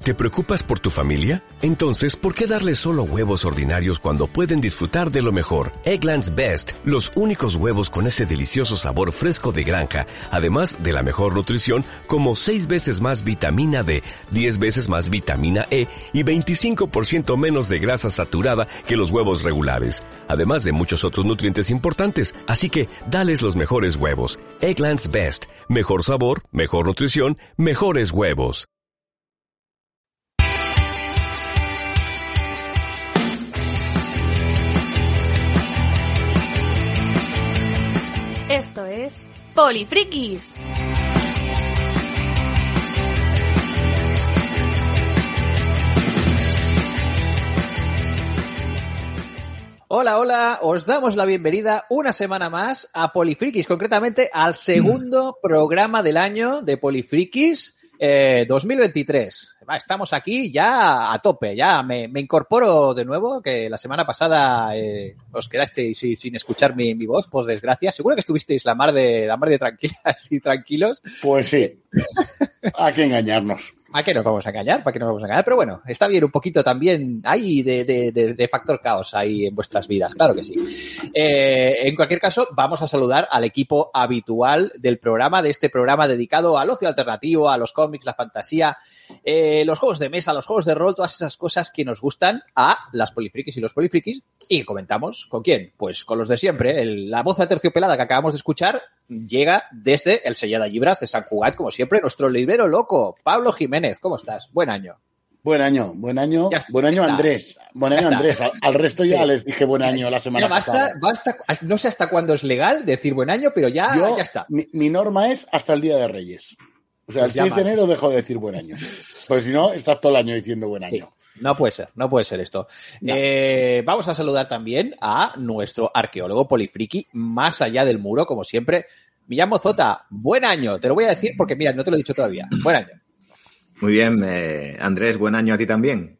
¿Te preocupas por tu familia? Entonces, ¿por qué darles solo huevos ordinarios cuando pueden disfrutar de lo mejor? Eggland's Best, los únicos huevos con ese delicioso sabor fresco de granja, además de la mejor nutrición, como 6 veces más vitamina D, 10 veces más vitamina E y 25% menos de grasa saturada que los huevos regulares, además de muchos otros nutrientes importantes. Así que, dales los mejores huevos. Eggland's Best, mejor sabor, mejor nutrición, mejores huevos. Esto es Polifrikis. Hola, hola, os damos la bienvenida una semana más a Polifrikis, concretamente al segundo programa del año de Polifrikis 2023. Estamos aquí ya a tope, ya me incorporo de nuevo, que la semana pasada os quedasteis sin escuchar mi voz, por desgracia. Seguro que estuvisteis la mar de tranquilas y tranquilos. Pues sí, hay que engañarnos. ¿A qué nos vamos a engañar? ¿Para qué nos vamos a engañar? Pero bueno, está bien un poquito también ahí de factor caos ahí en vuestras vidas, claro que sí. En cualquier caso, vamos a saludar al equipo habitual del programa, de este programa dedicado al ocio alternativo, a los cómics, la fantasía, los juegos de mesa, los juegos de rol, todas esas cosas que nos gustan a las polifrikis y los polifrikis. Y comentamos, ¿con quién? Pues con los de siempre. La voz aterciopelada que acabamos de escuchar llega desde el Sellada Llibres de Sant Cugat, como siempre, nuestro librero loco, Pablo Jiménez. ¿Cómo estás? Buen año. Buen año, Andrés. Buen año, Andrés. Al resto ya les dije buen año la semana pasada. Basta, no sé hasta cuándo es legal decir buen año, pero ya está. Mi norma es hasta el Día de Reyes. O sea, pues el 6 de enero dejo de decir buen año. Porque si no, estás todo el año diciendo buen año. Sí. No puede ser esto. No. Vamos a saludar también a nuestro arqueólogo polifriki, más allá del muro, como siempre. Millán Mozota, buen año. Te lo voy a decir porque, mira, no te lo he dicho todavía. Buen año. Muy bien, Andrés, buen año a ti también.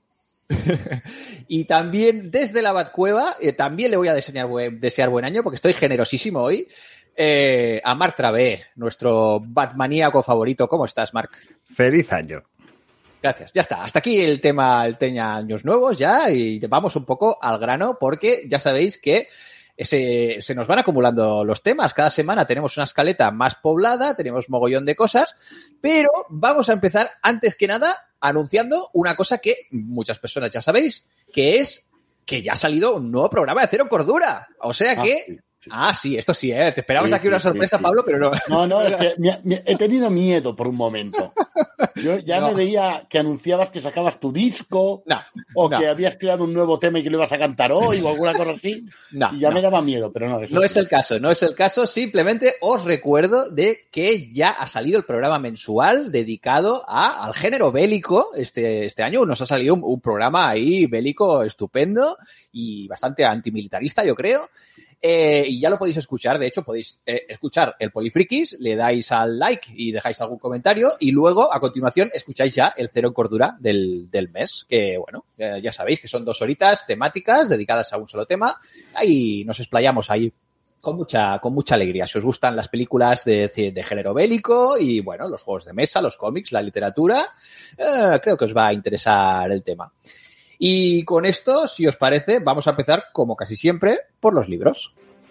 Y también desde la Batcueva, también le voy a desear buen año porque estoy generosísimo hoy. A Marc Travé, nuestro batmaníaco favorito. ¿Cómo estás, Marc? Feliz año. Gracias, ya está. Hasta aquí el tema años nuevos ya y vamos un poco al grano porque ya sabéis que se nos van acumulando los temas. Cada semana tenemos una escaleta más poblada, tenemos mogollón de cosas, pero vamos a empezar antes que nada anunciando una cosa que muchas personas ya sabéis, que es que ya ha salido un nuevo programa de Cero Cordura. O sea que... Sí. Sí, esto sí, Te esperamos aquí una sorpresa, sí. Pablo, pero no. No, es que he tenido miedo por un momento. Yo ya me veía que anunciabas que sacabas tu disco que habías creado un nuevo tema y que lo ibas a cantar hoy o alguna cosa así. Y ya me daba miedo, pero no. No es el caso. Simplemente os recuerdo de que ya ha salido el programa mensual dedicado al género bélico. Este año nos ha salido un programa ahí bélico estupendo y bastante antimilitarista, yo creo. Y ya lo podéis escuchar, de hecho podéis escuchar el Polifrikis, le dais al like y dejáis algún comentario y luego a continuación escucháis ya el Cero en Cordura del mes, que bueno, ya sabéis que son 2 horitas temáticas dedicadas a un solo tema, ahí nos explayamos ahí con mucha alegría. Si os gustan las películas de género bélico y bueno, los juegos de mesa, los cómics, la literatura, creo que os va a interesar el tema. Y con esto, si os parece, vamos a empezar, como casi siempre, por los libros.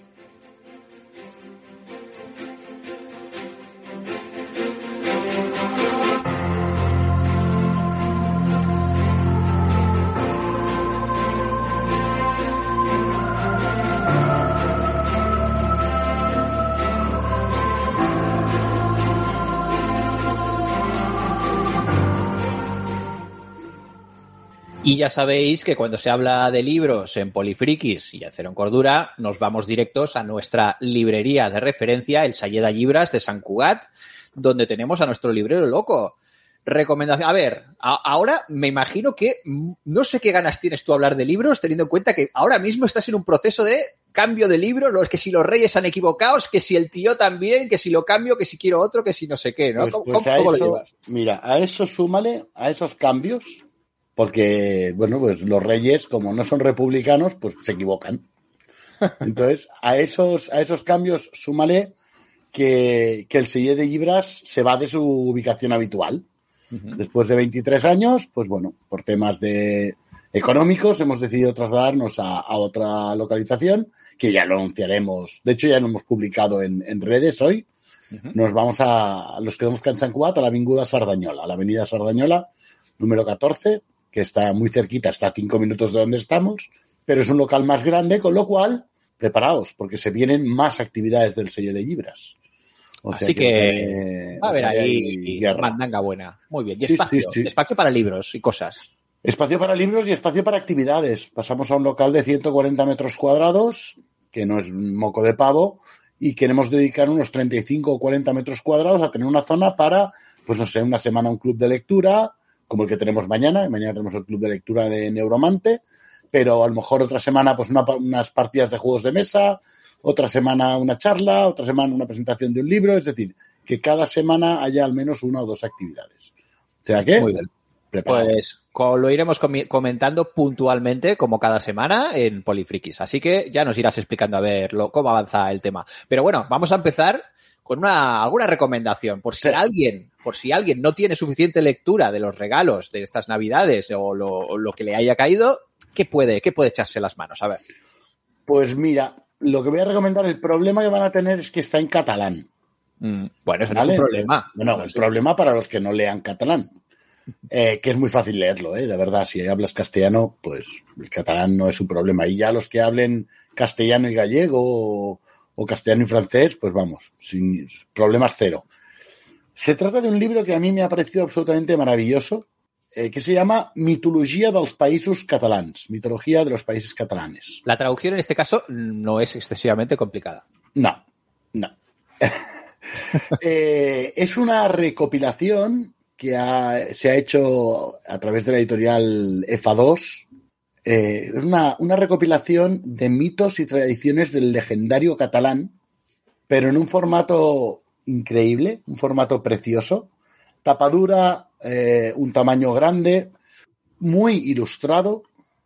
Y ya sabéis que cuando se habla de libros en Polifrikis y en Cero en Cordura, nos vamos directos a nuestra librería de referencia, el Sellada Llibres de Sant Cugat, donde tenemos a nuestro librero loco. Recomendación. A ver, ahora me imagino que no sé qué ganas tienes tú a hablar de libros, teniendo en cuenta que ahora mismo estás en un proceso de cambio de libro, es que si los reyes han equivocado, que si el tío también, que si lo cambio, que si quiero otro, que si no sé qué, ¿no? ¿Cómo lo llevas? Mira, a eso súmale, a esos cambios, porque, bueno, pues los reyes, como no son republicanos, pues se equivocan. Entonces, a esos cambios súmale que el Sellada Llibres se va de su ubicación habitual. Después de 23 años, pues bueno, por temas económicos hemos decidido trasladarnos a otra localización, que ya lo anunciaremos. De hecho, ya lo hemos publicado en redes hoy. Nos vamos los que conozcan Sant Cugat, a la Avinguda Sardañola, a la avenida Sardañola, número 14, que está muy cerquita, está a 5 minutos de donde estamos, pero es un local más grande, con lo cual, preparaos, porque se vienen más actividades del sello de Llibres. Así que va a haber ahí mandanga buena. Muy bien. Y espacio para libros y cosas. Espacio para libros y espacio para actividades. Pasamos a un local de 140 metros cuadrados, que no es moco de pavo, y queremos dedicar unos 35 o 40 metros cuadrados a tener una zona para, pues no sé, una semana un club de lectura, como el que tenemos mañana. Mañana tenemos el club de lectura de Neuromante, pero a lo mejor otra semana pues unas partidas de juegos de mesa, otra semana una charla, otra semana una presentación de un libro, es decir, que cada semana haya al menos una o dos actividades. O sea que, muy bien. Pues lo iremos comentando puntualmente, como cada semana, en Polifrikis. Así que ya nos irás explicando a ver cómo avanza el tema. Pero bueno, vamos a empezar con alguna recomendación. Por si alguien no tiene suficiente lectura de los regalos de estas Navidades o lo que le haya caído, ¿qué puede echarse las manos? A ver. Pues mira, lo que voy a recomendar, el problema que van a tener es que está en catalán. Bueno, eso no es un problema. Bueno, el problema para los que no lean catalán. Que es muy fácil leerlo, de verdad. Si hablas castellano, pues el catalán no es un problema. Y ya los que hablen castellano y gallego o castellano y francés, pues vamos, sin problemas cero. Se trata de un libro que a mí me ha parecido absolutamente maravilloso, que se llama Mitologia dels Països Catalans, Mitología de los Países Catalanes. La traducción en este caso no es excesivamente complicada. No. Es una recopilación que se ha hecho a través de la editorial EFA2. Es una recopilación de mitos y tradiciones del legendario catalán, pero en un formato increíble, un formato precioso, tapadura, un tamaño grande, muy ilustrado,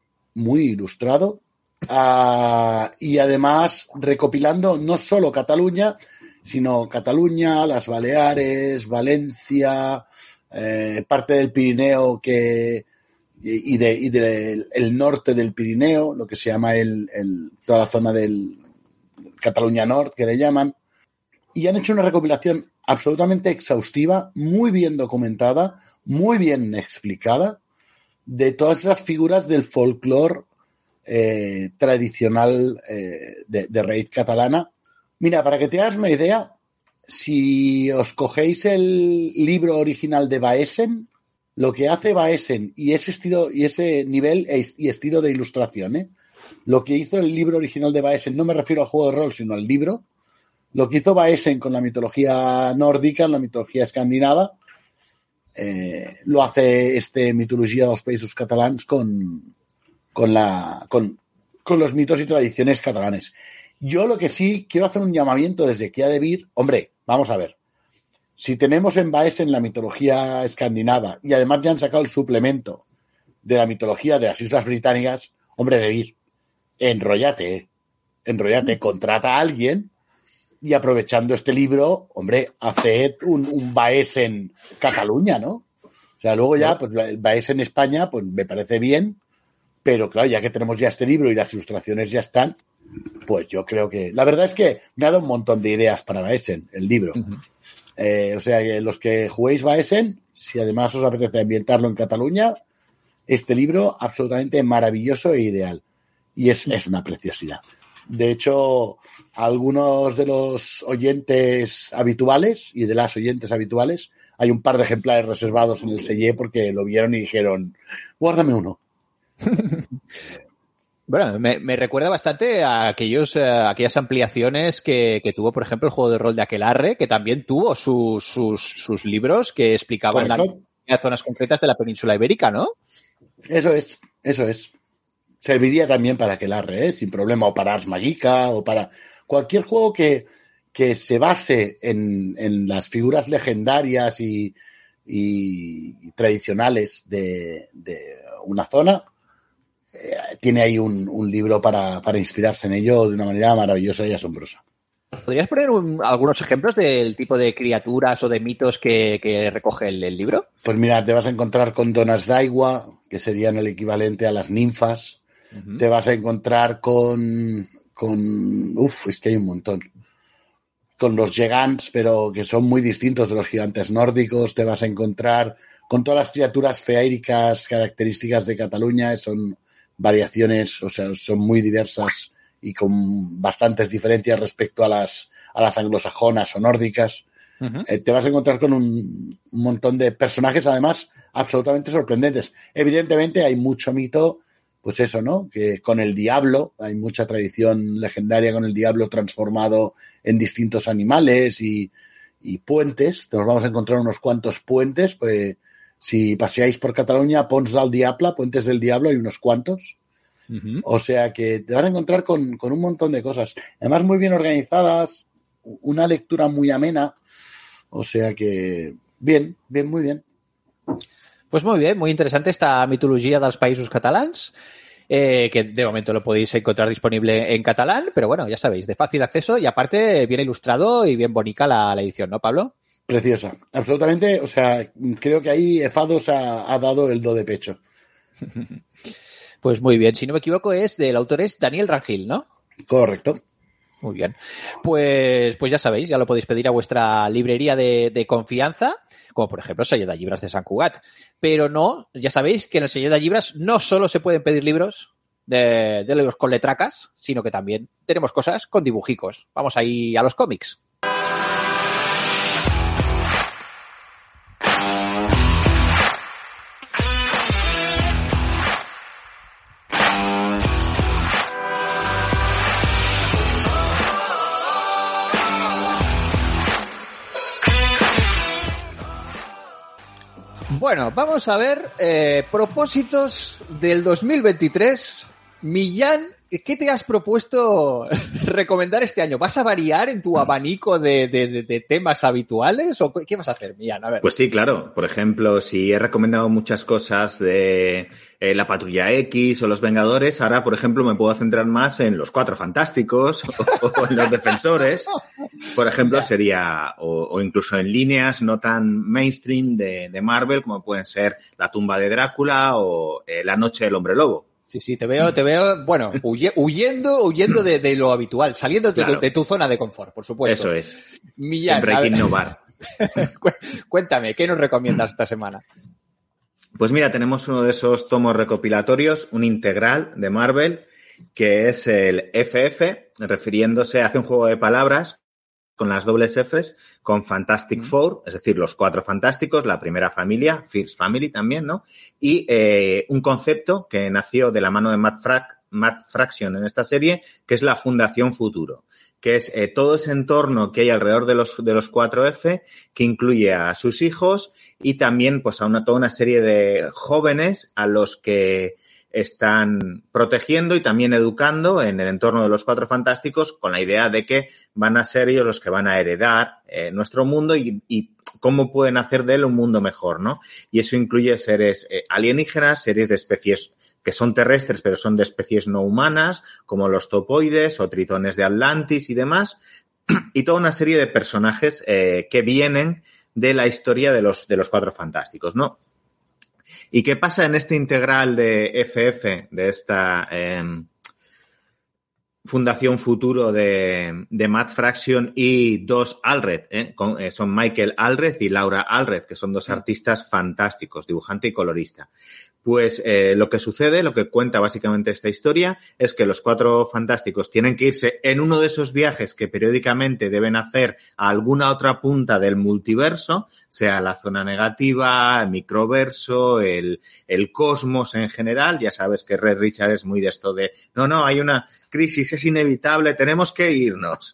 y además recopilando no solo Cataluña, sino Cataluña, las Baleares, Valencia, parte del Pirineo y del norte del Pirineo, lo que se llama toda la zona del Cataluña Nord, que le llaman, y han hecho una recopilación absolutamente exhaustiva, muy bien documentada, muy bien explicada, de todas esas figuras del folclore tradicional de raíz catalana. Mira, para que te hagas una idea, si os cogéis el libro original de Baesen, lo que hace Baesen y ese estilo y ese nivel y estilo de ilustración, lo que hizo el libro original de Baesen, no me refiero al juego de rol, sino al libro, lo que hizo Baesen con la mitología nórdica, la mitología escandinava, lo hace Mitologia dels Països Catalans con los mitos y tradiciones catalanes. Yo lo que sí quiero hacer un llamamiento desde que ha de vir, hombre, vamos a ver, si tenemos en Baesen la mitología escandinava y además ya han sacado el suplemento de la mitología de las Islas Británicas, hombre, de vir, enróllate, contrata a alguien y aprovechando este libro, hombre, haced un Baesen Cataluña, ¿no? O sea, luego ya, pues el Baesen España, pues me parece bien, pero claro, ya que tenemos ya este libro y las ilustraciones ya están, pues yo creo que... La verdad es que me ha dado un montón de ideas para Baesen, el libro. O sea, que los que juguéis Baesen, si además os apetece ambientarlo en Cataluña, este libro absolutamente maravilloso e ideal. Y es una preciosidad. De hecho, algunos de los oyentes habituales y de las oyentes habituales, hay un par de ejemplares reservados en el Sellé porque lo vieron y dijeron, guárdame uno. Bueno, me recuerda bastante a aquellas ampliaciones que tuvo, por ejemplo, el juego de rol de Aquelarre, que también tuvo sus libros que explicaban las zonas concretas de la península ibérica, ¿no? Eso es. Serviría también para Aquelarre, sin problema, o para Ars Magica, o para cualquier juego que se base en las figuras legendarias y tradicionales de una zona. Tiene ahí un libro para inspirarse en ello de una manera maravillosa y asombrosa. ¿Podrías poner algunos ejemplos del tipo de criaturas o de mitos que recoge el libro? Pues mira, te vas a encontrar con donas daigua, que serían el equivalente a las ninfas. Uh-huh. Te vas a encontrar con es que hay un montón. Con los gigants, pero que son muy distintos de los gigantes nórdicos. Te vas a encontrar con todas las criaturas feéricas características de Cataluña. Son variaciones, o sea, son muy diversas y con bastantes diferencias respecto a las anglosajonas o nórdicas. Uh-huh. Te vas a encontrar con un montón de personajes, además, absolutamente sorprendentes. Evidentemente hay mucho mito, pues eso, ¿no? Que con el diablo, hay mucha tradición legendaria con el diablo transformado en distintos animales y puentes. Nos vamos a encontrar unos cuantos puentes, pues si paseáis por Cataluña, Ponts del Diable, puentes del diablo, hay unos cuantos. Uh-huh. O sea que te vas a encontrar con un montón de cosas. Además, muy bien organizadas, una lectura muy amena. O sea que bien, muy bien. Pues muy bien, muy interesante esta mitología dels països catalans, que de momento lo podéis encontrar disponible en catalán, pero bueno, ya sabéis, de fácil acceso y aparte bien ilustrado y bien bonita la edición, ¿no, Pablo? Preciosa, absolutamente. O sea, creo que ahí Efados ha dado el do de pecho. Pues muy bien, si no me equivoco el autor es Daniel Rangil, ¿no? Correcto. Muy bien. Pues ya sabéis, ya lo podéis pedir a vuestra librería de confianza, como por ejemplo Sello de Llibres de Sant Cugat. Pero no, ya sabéis que en el Sello de Llibres no solo se pueden pedir libros de los con letracas, sino que también tenemos cosas con dibujicos. Vamos ahí a los cómics. Bueno, vamos a ver propósitos del 2023. Millán, ¿qué te has propuesto recomendar este año? ¿Vas a variar en tu abanico de temas habituales o qué vas a hacer, Millán? A ver. Pues sí, claro. Por ejemplo, si he recomendado muchas cosas de la Patrulla X o los Vengadores, ahora, por ejemplo, me puedo centrar más en los Cuatro Fantásticos o en los Defensores. Por ejemplo, sería, o incluso en líneas no tan mainstream de Marvel, como pueden ser La Tumba de Drácula o La Noche del Hombre Lobo. Sí, te veo, bueno, huyendo de lo habitual, saliendo claro. de tu zona de confort, por supuesto. Eso es. Millán, siempre hay que innovar. Cuéntame, ¿qué nos recomiendas esta semana? Pues mira, tenemos uno de esos tomos recopilatorios, un integral de Marvel, que es el FF, refiriéndose, hace un juego de palabras con las dobles Fs, con Fantastic Four, es decir, los Cuatro Fantásticos, la primera familia, First Family también, ¿no? Y un concepto que nació de la mano de Matt Fraction en esta serie, que es la Fundación Futuro, que es todo ese entorno que hay alrededor de los 4F, que incluye a sus hijos y también pues a toda una serie de jóvenes a los que están protegiendo y también educando en el entorno de los Cuatro Fantásticos con la idea de que van a ser ellos los que van a heredar nuestro mundo y cómo pueden hacer de él un mundo mejor, ¿no? Y eso incluye seres alienígenas, seres de especies que son terrestres pero son de especies no humanas, como los topoides o tritones de Atlantis y demás, y toda una serie de personajes que vienen de la historia de los Cuatro Fantásticos, ¿no? ¿Y qué pasa en este integral de FF, de esta Fundación Futuro de Matt Fraction y dos Allred? Son Michael Allred y Laura Allred, que son dos artistas fantásticos, dibujante y colorista. Pues lo que sucede, lo que cuenta básicamente esta historia, es que los Cuatro Fantásticos tienen que irse en uno de esos viajes que periódicamente deben hacer a alguna otra punta del multiverso, sea la zona negativa, el microverso, el cosmos en general. Ya sabes que Red Richard es muy de esto de no, hay una crisis, es inevitable, tenemos que irnos.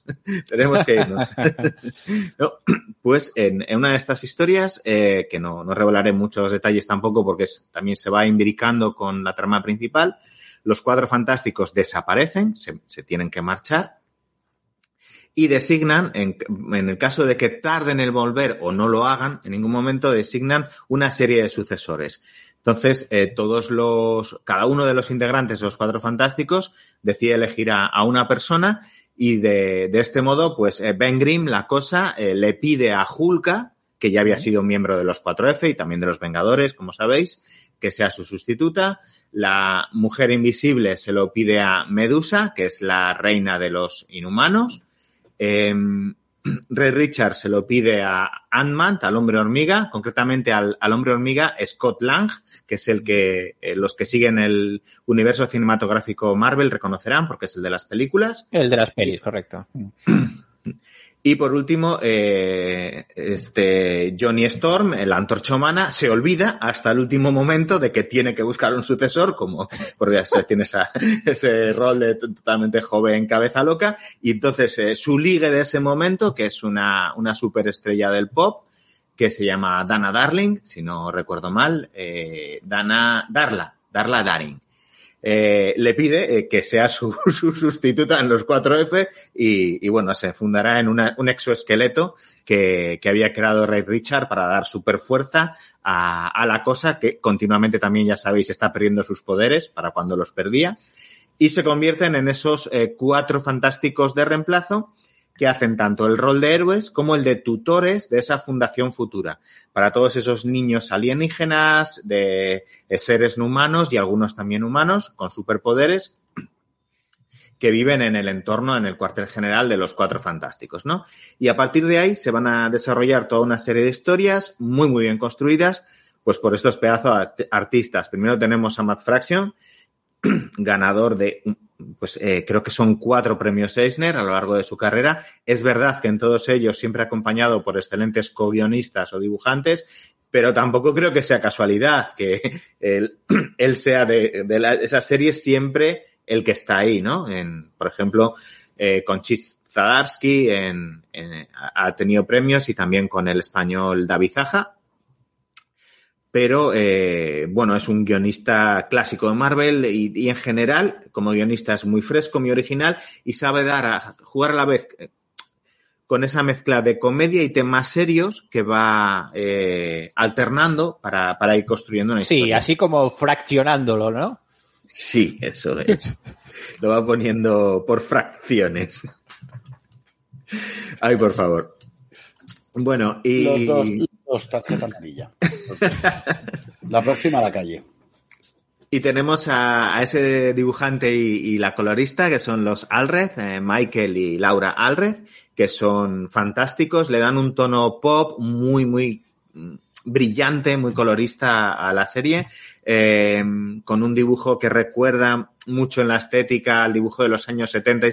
No, pues en una de estas historias, que no revelaré muchos detalles tampoco porque también se va imbricando con la trama principal, los Cuatro Fantásticos desaparecen, se tienen que marchar y designan, en el caso de que tarden en volver o no lo hagan, en ningún momento designan una serie de sucesores. Entonces, cada uno de los integrantes de los Cuatro Fantásticos decide elegir a una persona y de este modo, pues Ben Grimm, la cosa, le pide a Hulka, que ya había sido miembro de los 4F y también de los Vengadores, como sabéis, que sea su sustituta. La Mujer Invisible se lo pide a Medusa, que es la reina de los inhumanos. Reed Richards se lo pide a Ant-Man, al Hombre Hormiga, concretamente al Hombre Hormiga Scott Lang, que es el que los que siguen el universo cinematográfico Marvel reconocerán, porque es el de las películas. El de las pelis, correcto. Y por último, Johnny Storm, la Antorcha Humana, se olvida hasta el último momento de que tiene que buscar un sucesor, porque tiene ese rol de totalmente joven cabeza loca, y entonces su ligue de ese momento, que es una superestrella del pop, que se llama Dana Darling, si no recuerdo mal, Darla Daring. Le pide que sea su sustituta en los 4F y bueno, se fundará en un exoesqueleto que había creado Reed Richards para dar super fuerza a la cosa, que continuamente también, ya sabéis, está perdiendo sus poderes para cuando los perdía, y se convierten en esos 4 fantásticos de reemplazo que hacen tanto el rol de héroes como el de tutores de esa fundación futura para todos esos niños alienígenas, de seres no humanos y algunos también humanos con superpoderes que viven en el entorno, en el cuartel general de los 4 fantásticos, ¿no? Y a partir de ahí se van a desarrollar toda una serie de historias muy, muy bien construidas, pues por estos pedazos artistas. Primero tenemos a Matt Fraction, ganador de, pues creo que son 4 premios Eisner a lo largo de su carrera. Es verdad que en todos ellos siempre acompañado por excelentes co-guionistas o dibujantes, pero tampoco creo que sea casualidad que él sea de esa serie siempre el que está ahí, ¿no? Por ejemplo, con Chip Zdarsky ha tenido premios y también con el español David Zaha. Pero, bueno, es un guionista clásico de Marvel y en general, como guionista, es muy fresco, muy original y sabe jugar a la vez con esa mezcla de comedia y temas serios que va alternando para ir construyendo una historia. Sí, así como fraccionándolo, ¿no? Sí, eso es. Lo va poniendo por fracciones. Ay, por favor. Bueno, y... Los dos, tarjeta amarilla. La próxima a la calle. Y tenemos a ese dibujante y la colorista, que son los Allred, Michael y Laura Allred, que son fantásticos, le dan un tono pop muy, muy brillante, muy colorista a la serie, con un dibujo que recuerda mucho en la estética al dibujo de los años 60 y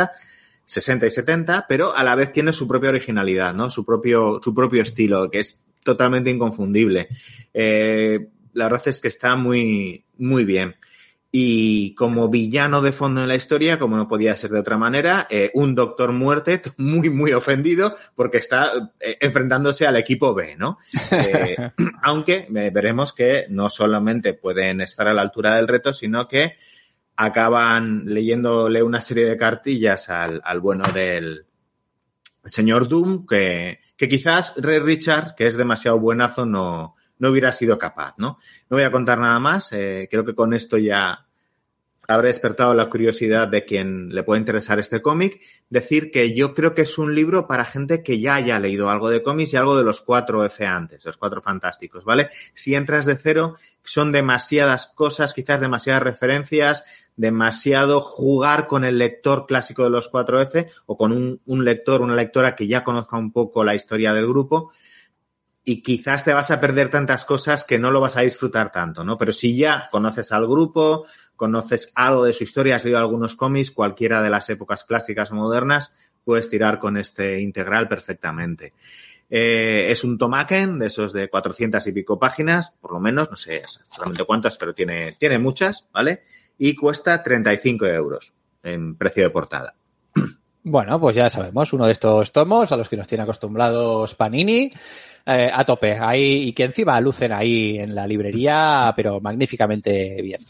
70, pero a la vez tiene su propia originalidad, ¿no? Su propio estilo, que es totalmente inconfundible. La verdad es que está muy, muy bien. Y como villano de fondo en la historia, como no podía ser de otra manera, un Doctor Muerte muy, muy ofendido porque está enfrentándose al equipo B, ¿no? Aunque veremos que no solamente pueden estar a la altura del reto, sino que acaban leyéndole una serie de cartillas al bueno del señor Doom, que quizás Reed Richards, que es demasiado buenazo, no hubiera sido capaz, ¿no? No voy a contar nada más. Creo que con esto ya habré despertado la curiosidad de quien le puede interesar este cómic. Decir que yo creo que es un libro para gente que ya haya leído algo de cómics y algo de los 4F antes, los 4 fantásticos, ¿vale? Si entras de cero, son demasiadas cosas, quizás demasiadas referencias, demasiado jugar con el lector clásico de los 4F o con un lector, una lectora que ya conozca un poco la historia del grupo. Y quizás te vas a perder tantas cosas que no lo vas a disfrutar tanto, ¿no? Pero si ya conoces al grupo, conoces algo de su historia, has leído algunos cómics, cualquiera de las épocas clásicas o modernas, puedes tirar con este integral perfectamente. Es un tomaken de esos de 400 y pico páginas, por lo menos, no sé exactamente cuántas, pero tiene muchas, ¿vale? Y cuesta 35 euros en precio de portada. Bueno, pues ya sabemos, uno de estos tomos a los que nos tiene acostumbrados Panini, a tope, ahí, y que encima lucen ahí en la librería, pero magníficamente bien.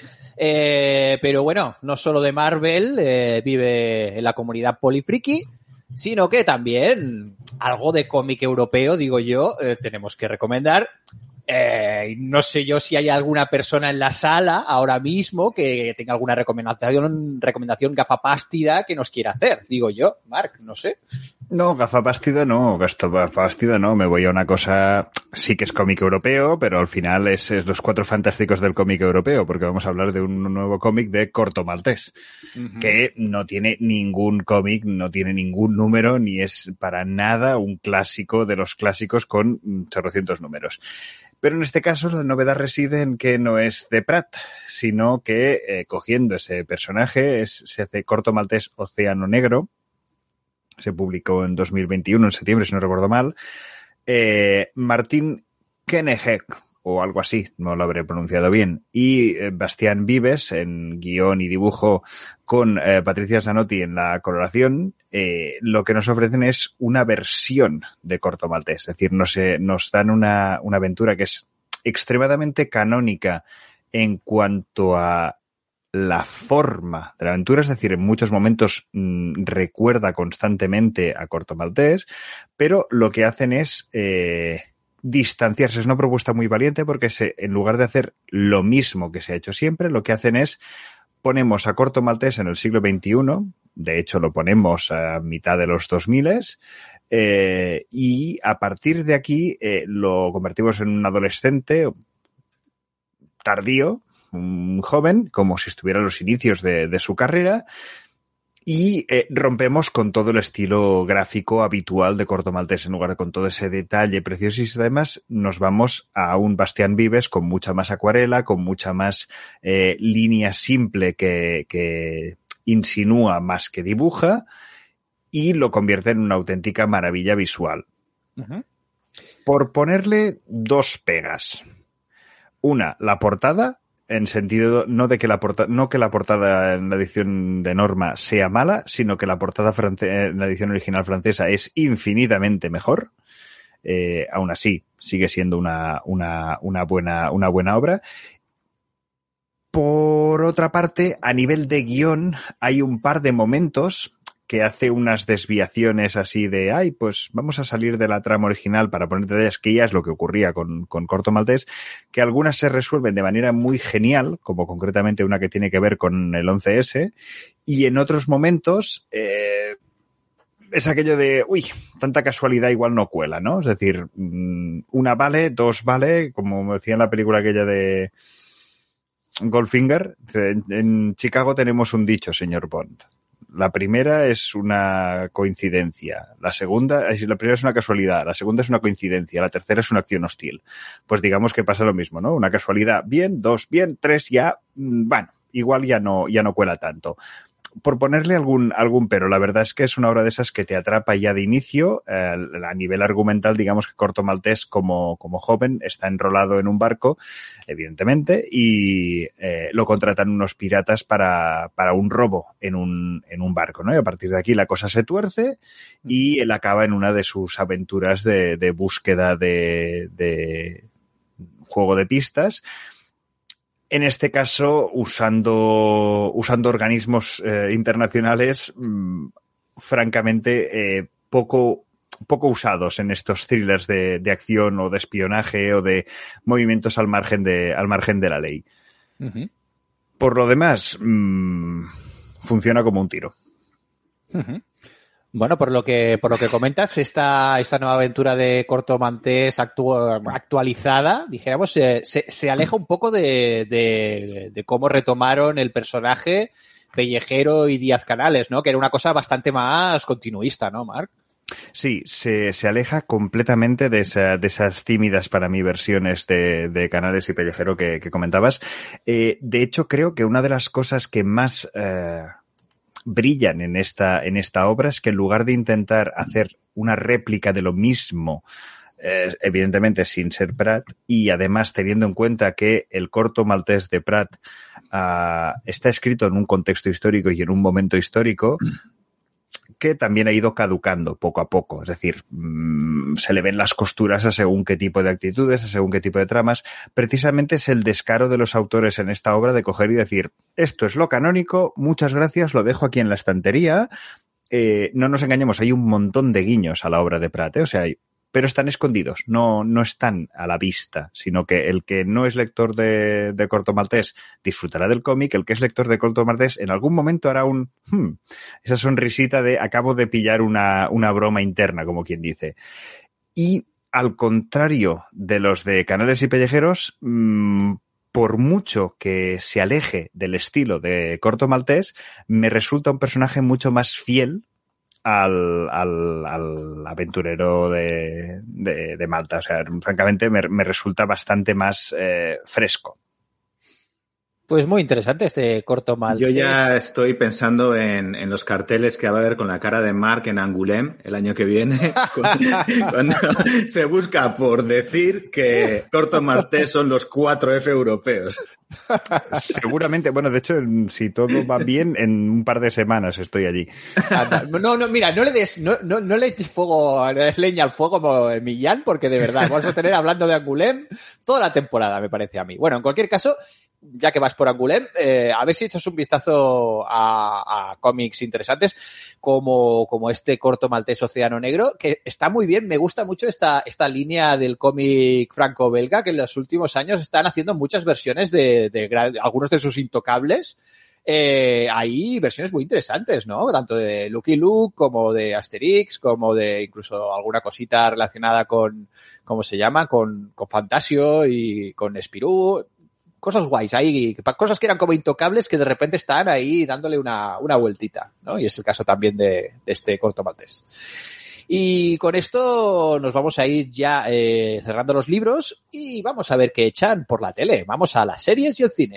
Pero bueno, no solo de Marvel vive en la comunidad Polifriki, sino que también algo de cómic europeo, digo yo, tenemos que recomendar. No sé yo si hay alguna persona en la sala ahora mismo que tenga alguna recomendación gafapástida que nos quiera hacer, digo yo, Marc, no sé. No, gafapástida no, me voy a una cosa, sí que es cómic europeo, pero al final es los Cuatro Fantásticos del cómic europeo, porque vamos a hablar de un nuevo cómic de Corto Maltés, que no tiene ningún cómic, no tiene ningún número, ni es para nada un clásico de los clásicos con 800 números. Pero en este caso la novedad reside en que no es de Pratt, sino que cogiendo ese personaje se hace Corto Maltés Océano Negro. Se publicó en 2021, en septiembre, si no recuerdo mal. Martín Kenneheck, o algo así, no lo habré pronunciado bien. Y Bastián Vives en guión y dibujo con Patricia Zanotti en la coloración. Lo que nos ofrecen es una versión de Corto Maltés. Es decir, nos dan una aventura que es extremadamente canónica en cuanto a la forma de la aventura, es decir, en muchos momentos recuerda constantemente a Corto Maltés, pero lo que hacen es distanciarse. Es una propuesta muy valiente porque en lugar de hacer lo mismo que se ha hecho siempre, lo que hacen es ponemos a Corto Maltés en el siglo XXI, de hecho lo ponemos a mitad de los 2000 y a partir de aquí lo convertimos en un adolescente tardío, un joven, como si estuviera en los inicios de su carrera, y rompemos con todo el estilo gráfico habitual de Corto Maltés. En lugar de con todo ese detalle preciosísimo, además nos vamos a un Bastián Vives con mucha más acuarela, con mucha más línea simple que insinúa más que dibuja, y lo convierte en una auténtica maravilla visual. Por ponerle dos pegas. Una, la portada, en sentido no que la portada en la edición de Norma sea mala, sino que la portada en la edición original francesa es infinitamente mejor. Aún así, sigue siendo una buena obra. Por otra parte, a nivel de guión, hay un par de momentos que hace unas desviaciones así de, pues vamos a salir de la trama original para poner detalles, que ya es lo que ocurría con Corto Maltés, que algunas se resuelven de manera muy genial, como concretamente una que tiene que ver con el 11S, y en otros momentos es aquello de, tanta casualidad igual no cuela, ¿no? Es decir, una vale, dos vale, como decía en la película aquella de Goldfinger, en Chicago tenemos un dicho, señor Bond. La primera es una coincidencia, la primera es una casualidad, la segunda es una coincidencia, la tercera es una acción hostil. Pues digamos que pasa lo mismo, ¿no? Una casualidad bien, dos bien, tres ya, bueno, igual ya no cuela tanto. Por ponerle algún pero, la verdad es que es una obra de esas que te atrapa ya de inicio. A nivel argumental, digamos que Corto Maltés como joven está enrolado en un barco, evidentemente, y lo contratan unos piratas para un robo en un barco, ¿no? Y a partir de aquí la cosa se tuerce y él acaba en una de sus aventuras de búsqueda de juego de pistas. En este caso, usando organismos internacionales, francamente, poco usados en estos thrillers de acción o de espionaje o de movimientos al margen de la ley. Uh-huh. Por lo demás, funciona como un tiro. Uh-huh. Bueno, por lo que comentas, esta nueva aventura de Corto Maltés actualizada, dijéramos, se aleja un poco de cómo retomaron el personaje Pellejero y Díaz Canales, ¿no? Que era una cosa bastante más continuista, ¿no, Marc? Sí, se aleja completamente de esas tímidas para mí versiones de Canales y Pellejero que comentabas. De hecho, creo que una de las cosas que más brillan en esta obra es que en lugar de intentar hacer una réplica de lo mismo, evidentemente sin ser Pratt, y además teniendo en cuenta que el Corto Maltés de Pratt está escrito en un contexto histórico y en un momento histórico que también ha ido caducando poco a poco. Es decir, se le ven las costuras a según qué tipo de actitudes, a según qué tipo de tramas. Precisamente es el descaro de los autores en esta obra de coger y decir, esto es lo canónico, muchas gracias, lo dejo aquí en la estantería, no nos engañemos, hay un montón de guiños a la obra de Pratt, o sea, pero están escondidos, no están a la vista, sino que el que no es lector de Corto Maltés disfrutará del cómic, el que es lector de Corto Maltés en algún momento hará esa sonrisita de acabo de pillar una broma interna, como quien dice. Y al contrario de los de Canales y Pellejeros, por mucho que se aleje del estilo de Corto Maltés, me resulta un personaje mucho más fiel al aventurero de Malta. O sea, francamente me resulta bastante más fresco. Pues muy interesante este Corto Maltés. Yo ya estoy pensando en los carteles que va a haber con la cara de Mark en Angoulême el año que viene, cuando se busca por decir que Corto Maltés son los 4F europeos. Seguramente, bueno, de hecho, si todo va bien, en un par de semanas estoy allí. No, mira, no le eches leña al fuego como Millán, porque de verdad, vamos a tener hablando de Angoulême toda la temporada, me parece a mí. Bueno, en cualquier caso, ya que vas por Angoulême, a ver si echas un vistazo a cómics interesantes como este Corto Maltés Océano Negro, que está muy bien. Me gusta mucho esta línea del cómic franco-belga, que en los últimos años están haciendo muchas versiones de algunos de sus intocables. Hay versiones muy interesantes, ¿no? Tanto de Lucky Luke como de Asterix, como de incluso alguna cosita relacionada con, ¿cómo se llama? Con Fantasio y con Spirou. Cosas guays, hay cosas que eran como intocables que de repente están ahí dándole una vueltita, ¿no? Y es el caso también de este Corto Maltés. Y con esto nos vamos a ir ya cerrando los libros y vamos a ver qué echan por la tele. Vamos a las series y el cine.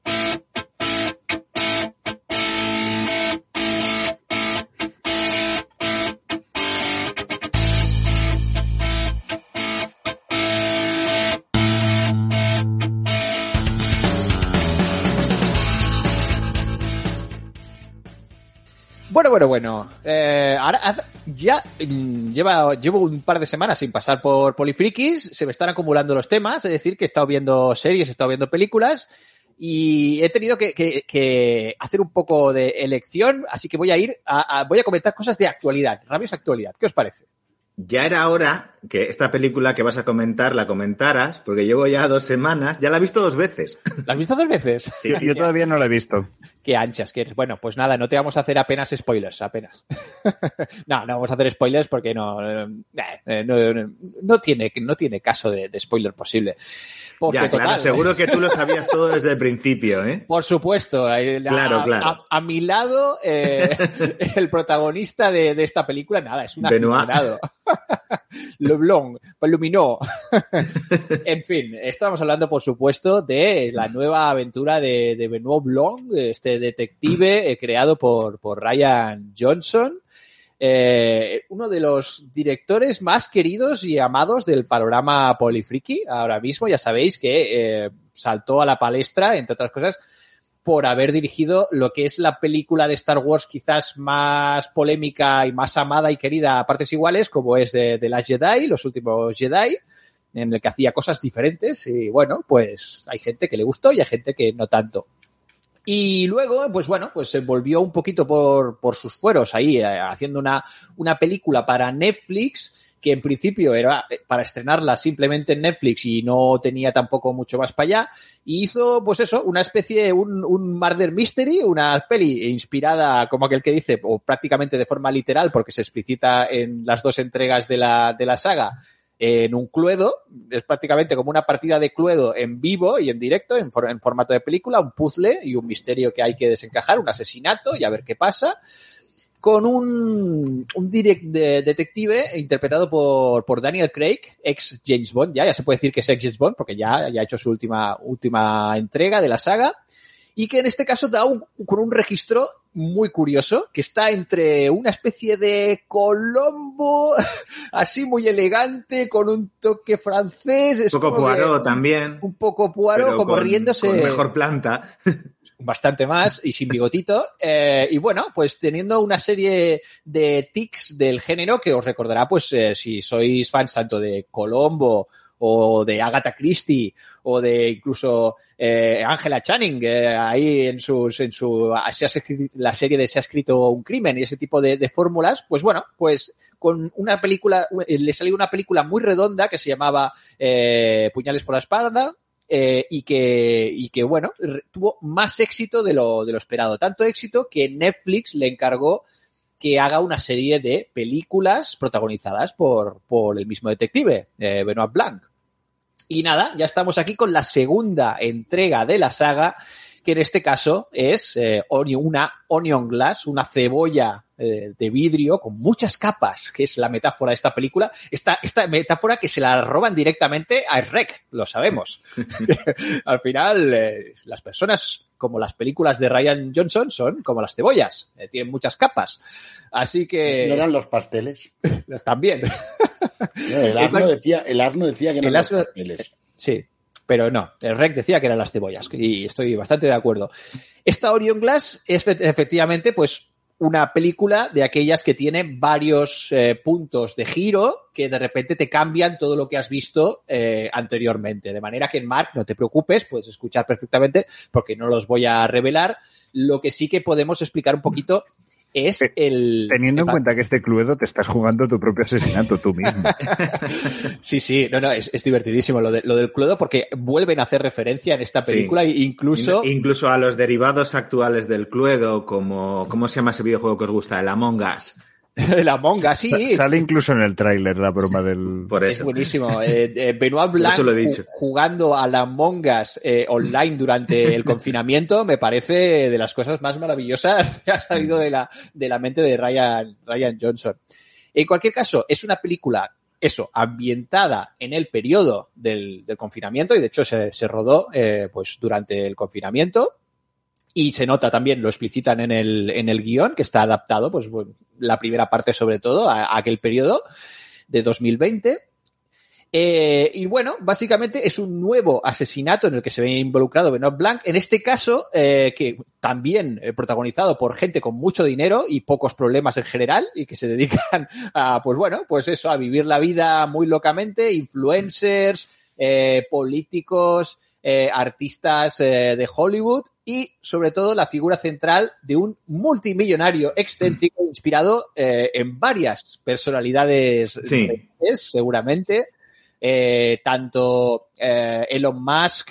Bueno. Ahora ya llevo un par de semanas sin pasar por Polifrikis, se me están acumulando los temas, es decir, que he estado viendo series, he estado viendo películas y he tenido que hacer un poco de elección, así que voy a comentar cosas de actualidad, rabiosa actualidad. ¿Qué os parece? Ya era hora que esta película que vas a comentar la comentaras, porque llevo ya 2 semanas, ya la he visto 2 veces. ¿La has visto 2 veces? Sí, yo todavía no la he visto. Qué anchas que eres. Bueno, pues nada, no te vamos a hacer apenas spoilers, apenas. No vamos a hacer spoilers porque no tiene caso de spoiler posible. Porque, ya, claro, total, seguro que tú lo sabías todo desde el principio, ¿eh? Por supuesto. Claro. A mi lado, el protagonista de esta película, nada, es un aficionado. Leblanc, Luminó. En fin, estamos hablando, por supuesto, de la nueva aventura de Benoît Blanc, este detective creado por Rian Johnson, uno de los directores más queridos y amados del panorama polifriki. Ahora mismo ya sabéis que saltó a la palestra, entre otras cosas, por haber dirigido lo que es la película de Star Wars quizás más polémica y más amada y querida a partes iguales, como es de Last Jedi, Los Últimos Jedi, en el que hacía cosas diferentes y bueno, pues hay gente que le gustó y hay gente que no tanto. Y luego, pues se volvió un poquito por sus fueros ahí, haciendo una película para Netflix, que en principio era para estrenarla simplemente en Netflix y no tenía tampoco mucho más para allá, y hizo, pues eso, una especie, un murder mystery, una peli inspirada, como aquel que dice, o prácticamente de forma literal, porque se explicita en las 2 entregas de la saga, en un Cluedo. Es prácticamente como una partida de Cluedo en vivo y en directo, en formato de película, un puzzle y un misterio que hay que desencajar, un asesinato y a ver qué pasa, con un detective interpretado por Daniel Craig, ex James Bond, ya se puede decir que es ex James Bond porque ya ha hecho su última entrega de la saga, y que en este caso da con un registro muy curioso, que está entre una especie de Colombo, así muy elegante, con un toque francés. Un poco Poirot también. Un poco Poirot, como riéndose. Con mejor planta. Bastante más, y sin bigotito. Y bueno, pues teniendo una serie de tics del género que os recordará, pues, si sois fans tanto de Colombo o de Agatha Christie, o de incluso Angela Channing, ahí en la serie de Se ha escrito un crimen y ese tipo de fórmulas, pues bueno, pues con una película, le salió una película muy redonda que se llamaba Puñales por la espalda, y que bueno, tuvo más éxito de lo esperado. Tanto éxito que Netflix le encargó que haga una serie de películas protagonizadas por el mismo detective, Benoit Blanc. Y nada, ya estamos aquí con la segunda entrega de la saga, que en este caso es una onion glass, una cebolla de vidrio con muchas capas, que es la metáfora de esta película. Esta metáfora que se la roban directamente a Shrek, lo sabemos. Al final, las personas, como las películas de Rian Johnson, son como las cebollas, tienen muchas capas. Así que... ¿No eran los pasteles? También. No, el asno decía que no eran los pasteles. Sí. Pero no, el Rec decía que eran las cebollas y estoy bastante de acuerdo. Esta Onion Glass es efectivamente pues una película de aquellas que tiene varios puntos de giro que de repente te cambian todo lo que has visto anteriormente. De manera que, Marc, no te preocupes, puedes escuchar perfectamente porque no los voy a revelar. Lo que sí que podemos explicar un poquito es Teniendo en cuenta que este Cluedo te estás jugando tu propio asesinato tú mismo. Sí, no, es divertidísimo lo del Cluedo porque vuelven a hacer referencia en esta película, sí. Incluso a los derivados actuales del Cluedo, como ¿cómo se llama ese videojuego que os gusta? El Among Us. El Among Us, sí. Sale incluso en el tráiler la broma del... Por eso. Es buenísimo. Benoit Blanc jugando a la Among Us online durante el confinamiento me parece de las cosas más maravillosas que ha salido de la mente de Rian Johnson. En cualquier caso, es una película, ambientada en el periodo del confinamiento y de hecho se rodó pues durante el confinamiento. Y se nota también, lo explicitan en el guión, que está adaptado, pues la primera parte sobre todo, a aquel periodo de 2020. Y bueno, básicamente es un nuevo asesinato en el que se ve involucrado Benoit Blanc. En este caso, que también protagonizado por gente con mucho dinero y pocos problemas en general y que se dedican a, a vivir la vida muy locamente, influencers, políticos, artistas de Hollywood y sobre todo la figura central de un multimillonario excéntrico inspirado en varias personalidades seguramente, tanto Elon Musk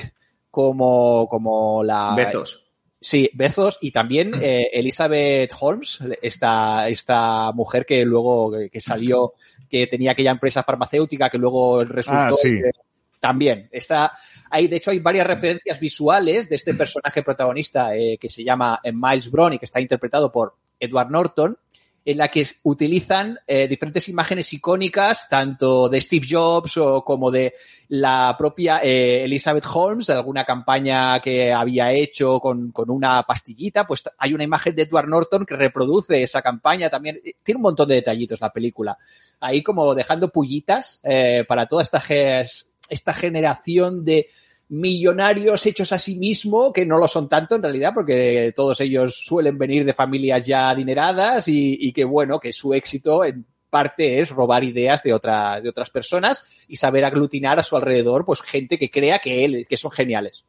como la... Bezos. Sí, Bezos y también Elizabeth Holmes, esta mujer que luego que salió, que tenía aquella empresa farmacéutica que luego resultó... También está ahí, de hecho hay varias referencias visuales de este personaje protagonista que se llama Miles Brown y que está interpretado por Edward Norton, en la que utilizan diferentes imágenes icónicas tanto de Steve Jobs como de la propia Elizabeth Holmes, de alguna campaña que había hecho con una pastillita. Pues hay una imagen de Edward Norton que reproduce esa campaña también. Tiene un montón de detallitos la película, ahí como dejando pullitas para toda esta generación de millonarios hechos a sí mismo, que no lo son tanto en realidad, porque todos ellos suelen venir de familias ya adineradas y que bueno, que su éxito en parte es robar ideas de otras personas y saber aglutinar a su alrededor pues gente que crea que son geniales.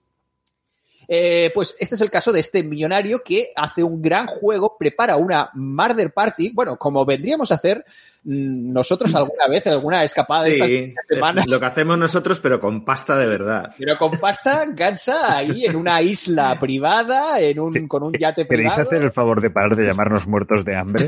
Pues este es el caso de este millonario que hace un gran juego, prepara una murder party, bueno, como vendríamos a hacer nosotros alguna vez, alguna escapada de estas semanas. Lo que hacemos nosotros, pero con pasta de verdad. Pero con pasta gansa ahí en una isla privada, con un yate privado. ¿Queréis hacer el favor de parar de llamarnos muertos de hambre?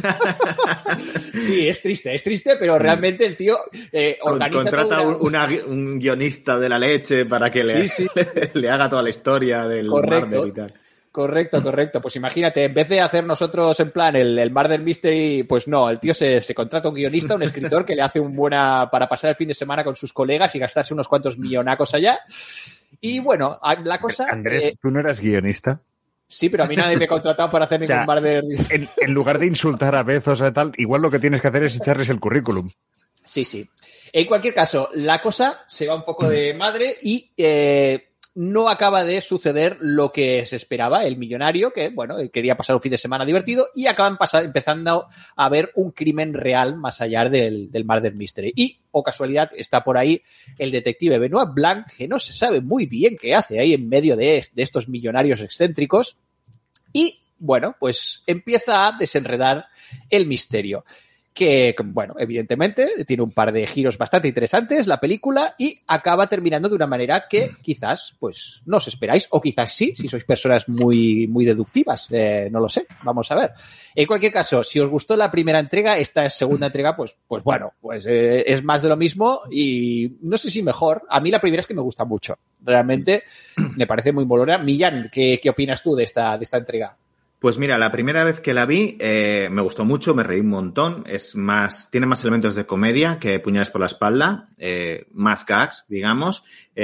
Sí, es triste, pero realmente el tío organiza contrata un guionista de la leche para que le haga toda la historia del murder y tal. Correcto. Pues imagínate, en vez de hacer nosotros en plan el Murder Mystery, pues no, el tío se contrata un guionista, un escritor que le hace para pasar el fin de semana con sus colegas y gastarse unos cuantos millonacos allá. Y bueno, la cosa... Andrés, ¿tú no eras guionista? Sí, pero a mí nadie me ha contratado para hacer ningún murder... En lugar de insultar a Bezos o tal, igual lo que tienes que hacer es echarles el currículum. Sí. En cualquier caso, la cosa se va un poco de madre y... no acaba de suceder lo que se esperaba. El millonario, que, bueno, quería pasar un fin de semana divertido, y acaban empezando a ver un crimen real más allá del Murder Mystery. Y, casualidad, está por ahí el detective Benoit Blanc, que no se sabe muy bien qué hace ahí en medio de estos millonarios excéntricos. Y, bueno, pues empieza a desenredar el misterio. Que, bueno, evidentemente tiene un par de giros bastante interesantes la película y acaba terminando de una manera que quizás, pues, no os esperáis, o quizás sí, si sois personas muy, muy deductivas, no lo sé, vamos a ver. En cualquier caso, si os gustó la primera entrega, esta segunda entrega, pues bueno, pues es más de lo mismo y no sé si mejor. A mí la primera es que me gusta mucho, realmente me parece muy molona. Millán, ¿qué opinas tú de esta entrega? Pues mira, la primera vez que la vi me gustó mucho, me reí un montón, tiene más elementos de comedia que Puñales por la espalda, más gags, digamos,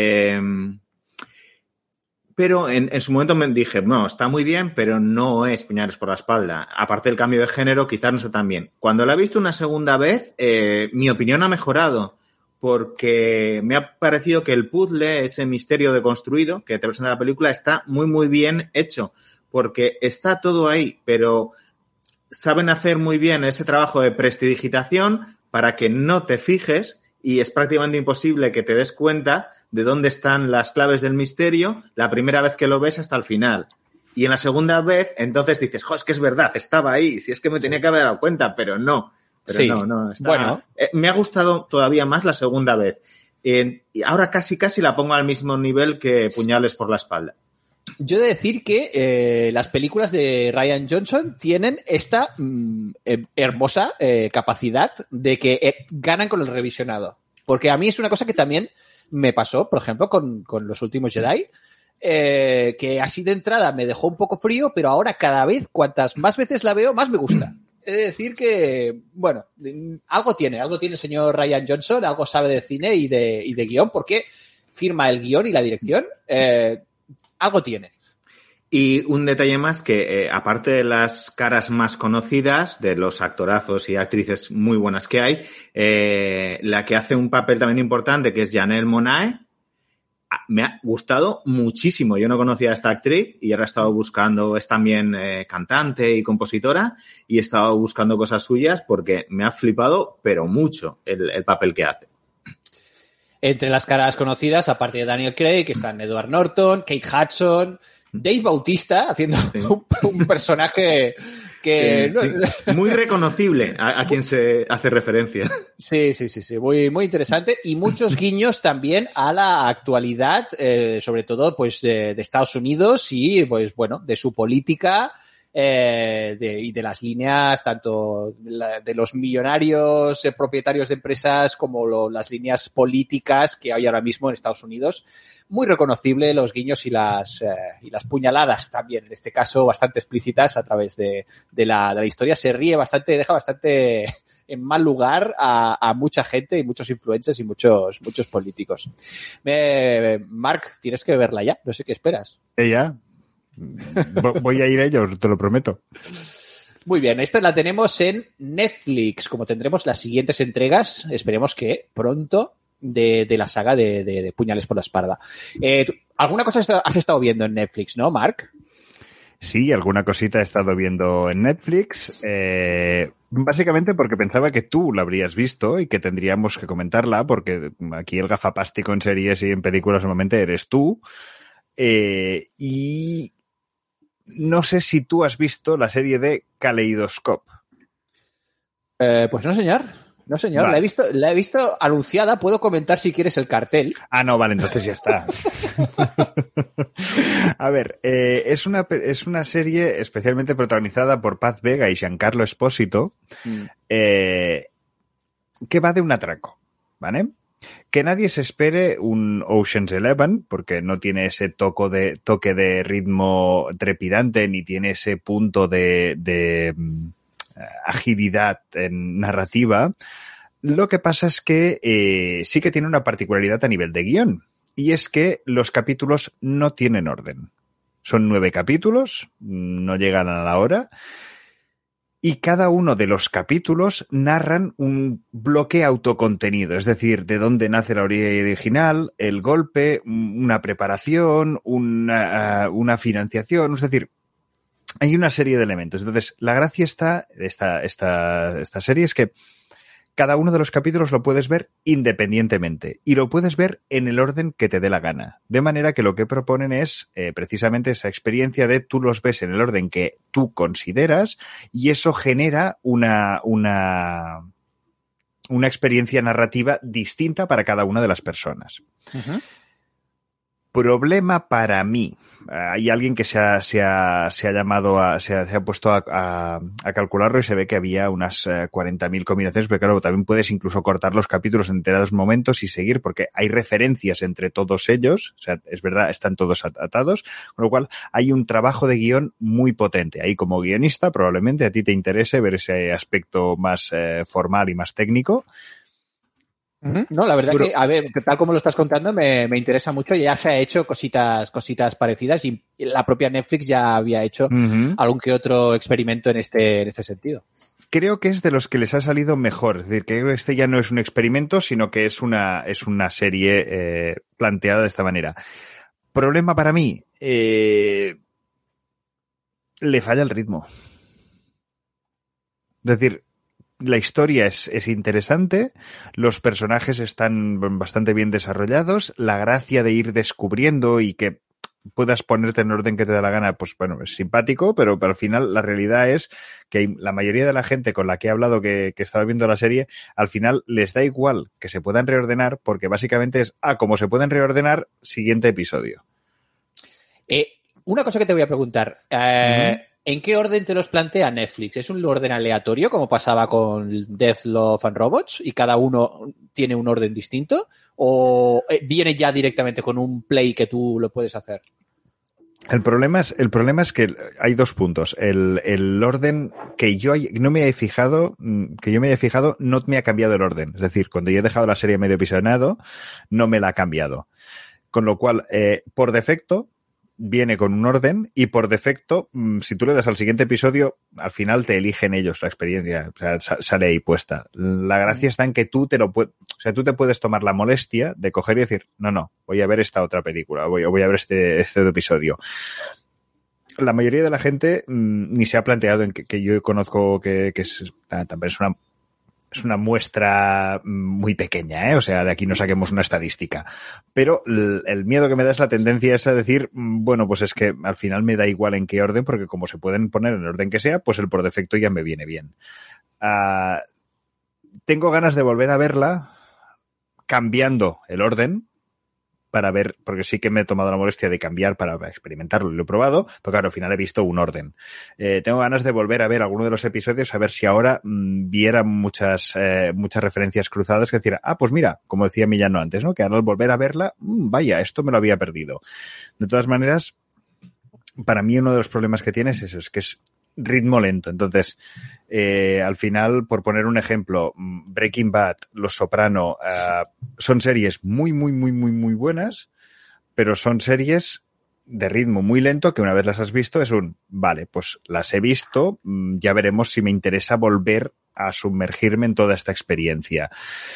pero en su momento me dije, no, está muy bien, pero no es Puñales por la espalda. Aparte del cambio de género, quizás no está tan bien. Cuando la he visto una segunda vez, mi opinión ha mejorado, porque me ha parecido que el puzzle, ese misterio deconstruido que te presenta la película, está muy, muy bien hecho. Porque está todo ahí, pero saben hacer muy bien ese trabajo de prestidigitación para que no te fijes y es prácticamente imposible que te des cuenta de dónde están las claves del misterio la primera vez que lo ves hasta el final. Y en la segunda vez, entonces dices, es que es verdad, estaba ahí, si es que me tenía que haber dado cuenta, pero no. Pero sí. No, está... Bueno. Me ha gustado todavía más la segunda vez. Y ahora casi la pongo al mismo nivel que Puñales por la espalda. Yo he de decir que las películas de Rian Johnson tienen esta hermosa capacidad de que ganan con el revisionado. Porque a mí es una cosa que también me pasó, por ejemplo, con Los Últimos Jedi, que así de entrada me dejó un poco frío, pero ahora cada vez, cuantas más veces la veo, más me gusta. He de decir que, bueno, algo tiene el señor Rian Johnson, algo sabe de cine y de guión, porque firma el guión y la dirección. Algo tiene. Y un detalle más que, aparte de las caras más conocidas, de los actorazos y actrices muy buenas que hay, la que hace un papel también importante, que es Janelle Monáe, me ha gustado muchísimo. Yo no conocía a esta actriz y ahora he estado buscando, es también cantante y compositora, y he estado buscando cosas suyas porque me ha flipado, pero mucho, el papel que hace. Entre las caras conocidas, aparte de Daniel Craig, están Edward Norton, Kate Hudson, Dave Bautista, haciendo un personaje que... Sí. Muy reconocible a quien se hace referencia. Sí. Muy, muy interesante. Y muchos guiños también a la actualidad, sobre todo pues de Estados Unidos y, pues bueno, de su política y de las líneas tanto de los millonarios propietarios de empresas como las líneas políticas que hay ahora mismo en Estados Unidos. Muy reconocible los guiños y las puñaladas también, en este caso bastante explícitas a través de la historia. Se ríe bastante, deja bastante en mal lugar a mucha gente y muchos influencers y muchos políticos. Marc, tienes que verla ya, no sé qué esperas. ¿Ya? Voy a ir a ello, te lo prometo. Muy bien, esta la tenemos en Netflix, como tendremos las siguientes entregas, esperemos que pronto, de la saga de Puñales por la espalda. ¿Alguna cosa has estado viendo en Netflix, no, Marc? Sí, alguna cosita he estado viendo en Netflix, básicamente porque pensaba que tú la habrías visto y que tendríamos que comentarla, porque aquí el gafapástico en series y en películas normalmente eres tú, y no sé si tú has visto la serie de Kaleidoscope. Pues no, señor. No, señor. Vale. La he visto anunciada. Puedo comentar si quieres el cartel. Ah, no, vale, entonces ya está. A ver, es una serie especialmente protagonizada por Paz Vega y Giancarlo Espósito, que va de un atraco, ¿vale? Que nadie se espere un Ocean's 11, porque no tiene ese toque de ritmo trepidante, ni tiene ese punto de agilidad en narrativa. Lo que pasa es que sí que tiene una particularidad a nivel de guión, y es que los capítulos no tienen orden. Son 9 capítulos, no llegan a la hora, Y cada uno de los capítulos narran un bloque autocontenido, es decir, de dónde nace la original, el golpe, una preparación, una financiación, es decir, hay una serie de elementos. Entonces, la gracia esta serie es que cada uno de los capítulos lo puedes ver independientemente y lo puedes ver en el orden que te dé la gana. De manera que lo que proponen es precisamente esa experiencia de tú los ves en el orden que tú consideras y eso genera una experiencia narrativa distinta para cada una de las personas. Uh-huh. Problema para mí. Hay alguien que se ha puesto a calcularlo y se ve que había unas 40.000 combinaciones, pero claro, también puedes incluso cortar los capítulos en determinados momentos y seguir, porque hay referencias entre todos ellos, o sea, es verdad, están todos atados, con lo cual hay un trabajo de guión muy potente. Ahí como guionista probablemente a ti te interese ver ese aspecto más formal y más técnico. No, la verdad que, a ver, tal como lo estás contando, me interesa mucho. Ya se ha hecho cositas parecidas y la propia Netflix ya había hecho algún que otro experimento en este sentido. Creo que es de los que les ha salido mejor. Es decir, que este ya no es un experimento, sino que es una serie planteada de esta manera. Problema para mí, le falla el ritmo. Es decir, la historia es interesante, los personajes están bastante bien desarrollados, la gracia de ir descubriendo y que puedas ponerte en orden que te da la gana, pues bueno, es simpático, pero al final la realidad es que la mayoría de la gente con la que he hablado que estaba viendo la serie, al final les da igual que se puedan reordenar porque básicamente es, como se pueden reordenar, siguiente episodio. Una cosa que te voy a preguntar, ¿en qué orden te los plantea Netflix? ¿Es un orden aleatorio, como pasaba con Death, Love and Robots, y cada uno tiene un orden distinto? ¿O viene ya directamente con un play que tú lo puedes hacer? El problema es que hay dos puntos. El orden que yo me haya fijado no me ha cambiado el orden. Es decir, cuando yo he dejado la serie medio episodiado, no me la ha cambiado. Con lo cual, por defecto, viene con un orden y por defecto, si tú le das al siguiente episodio, al final te eligen ellos la experiencia, o sea, sale ahí puesta. La gracia está en que tú te puedes tomar la molestia de coger y decir, no, voy a ver esta otra película, voy a ver este otro episodio. La mayoría de la gente ni se ha planteado en que yo conozco que también es una muestra muy pequeña, o sea, de aquí no saquemos una estadística. Pero el miedo que me da es la tendencia esa a decir, bueno, pues es que al final me da igual en qué orden, porque como se pueden poner en el orden que sea, pues el por defecto ya me viene bien. Tengo ganas de volver a verla cambiando el orden para ver, porque sí que me he tomado la molestia de cambiar para experimentarlo y lo he probado, pero claro, al final he visto un orden. Tengo ganas de volver a ver alguno de los episodios, a ver si ahora viera muchas referencias cruzadas que decir, pues mira, como decía Millano antes, ¿no? Que ahora al volver a verla, vaya, esto me lo había perdido. De todas maneras, para mí uno de los problemas que tiene es eso, es que es ritmo lento. Entonces, al final, por poner un ejemplo, Breaking Bad, Los Soprano, son series muy, muy, muy, muy, muy buenas, pero son series de ritmo muy lento que una vez las has visto es vale, pues las he visto, ya veremos si me interesa volver a sumergirme en toda esta experiencia.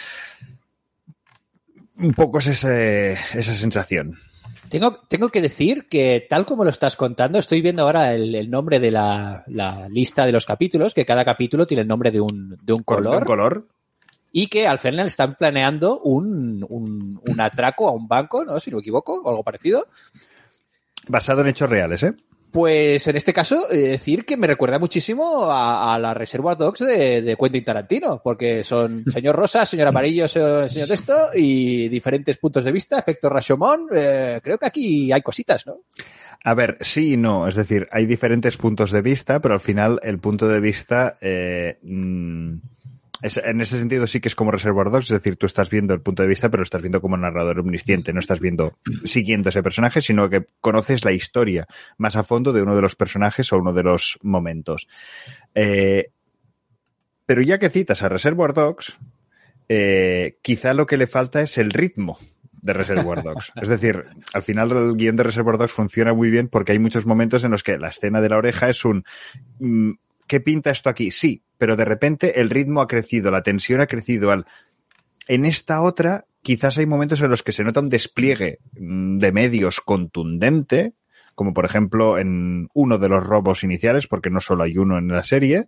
Un poco es esa sensación. Tengo que decir que, tal como lo estás contando, estoy viendo ahora el nombre de la lista de los capítulos, que cada capítulo tiene el nombre de un color. ¿De un color? Y que al final están planeando un atraco a un banco, ¿no? Si no me equivoco, o algo parecido. Basado en hechos reales, ¿eh? Pues en este caso, decir que me recuerda muchísimo a la Reservoir Dogs de Quentin Tarantino, porque son señor Rosa, señor Amarillo, señor Testo y diferentes puntos de vista, efecto Rashomon. Creo que aquí hay cositas, ¿no? A ver, sí y no. Es decir, hay diferentes puntos de vista, pero al final el punto de vista... en ese sentido sí que es como Reservoir Dogs, es decir, tú estás viendo el punto de vista, pero lo estás viendo como narrador omnisciente, no estás siguiendo ese personaje, sino que conoces la historia más a fondo de uno de los personajes o uno de los momentos. Pero ya que citas a Reservoir Dogs, quizá lo que le falta es el ritmo de Reservoir Dogs. Es decir, al final el guión de Reservoir Dogs funciona muy bien porque hay muchos momentos en los que la escena de la oreja es ¿qué pinta esto aquí? Sí, pero de repente el ritmo ha crecido, la tensión ha crecido. En esta otra, quizás hay momentos en los que se nota un despliegue de medios contundente, como por ejemplo en uno de los robos iniciales, porque no solo hay uno en la serie.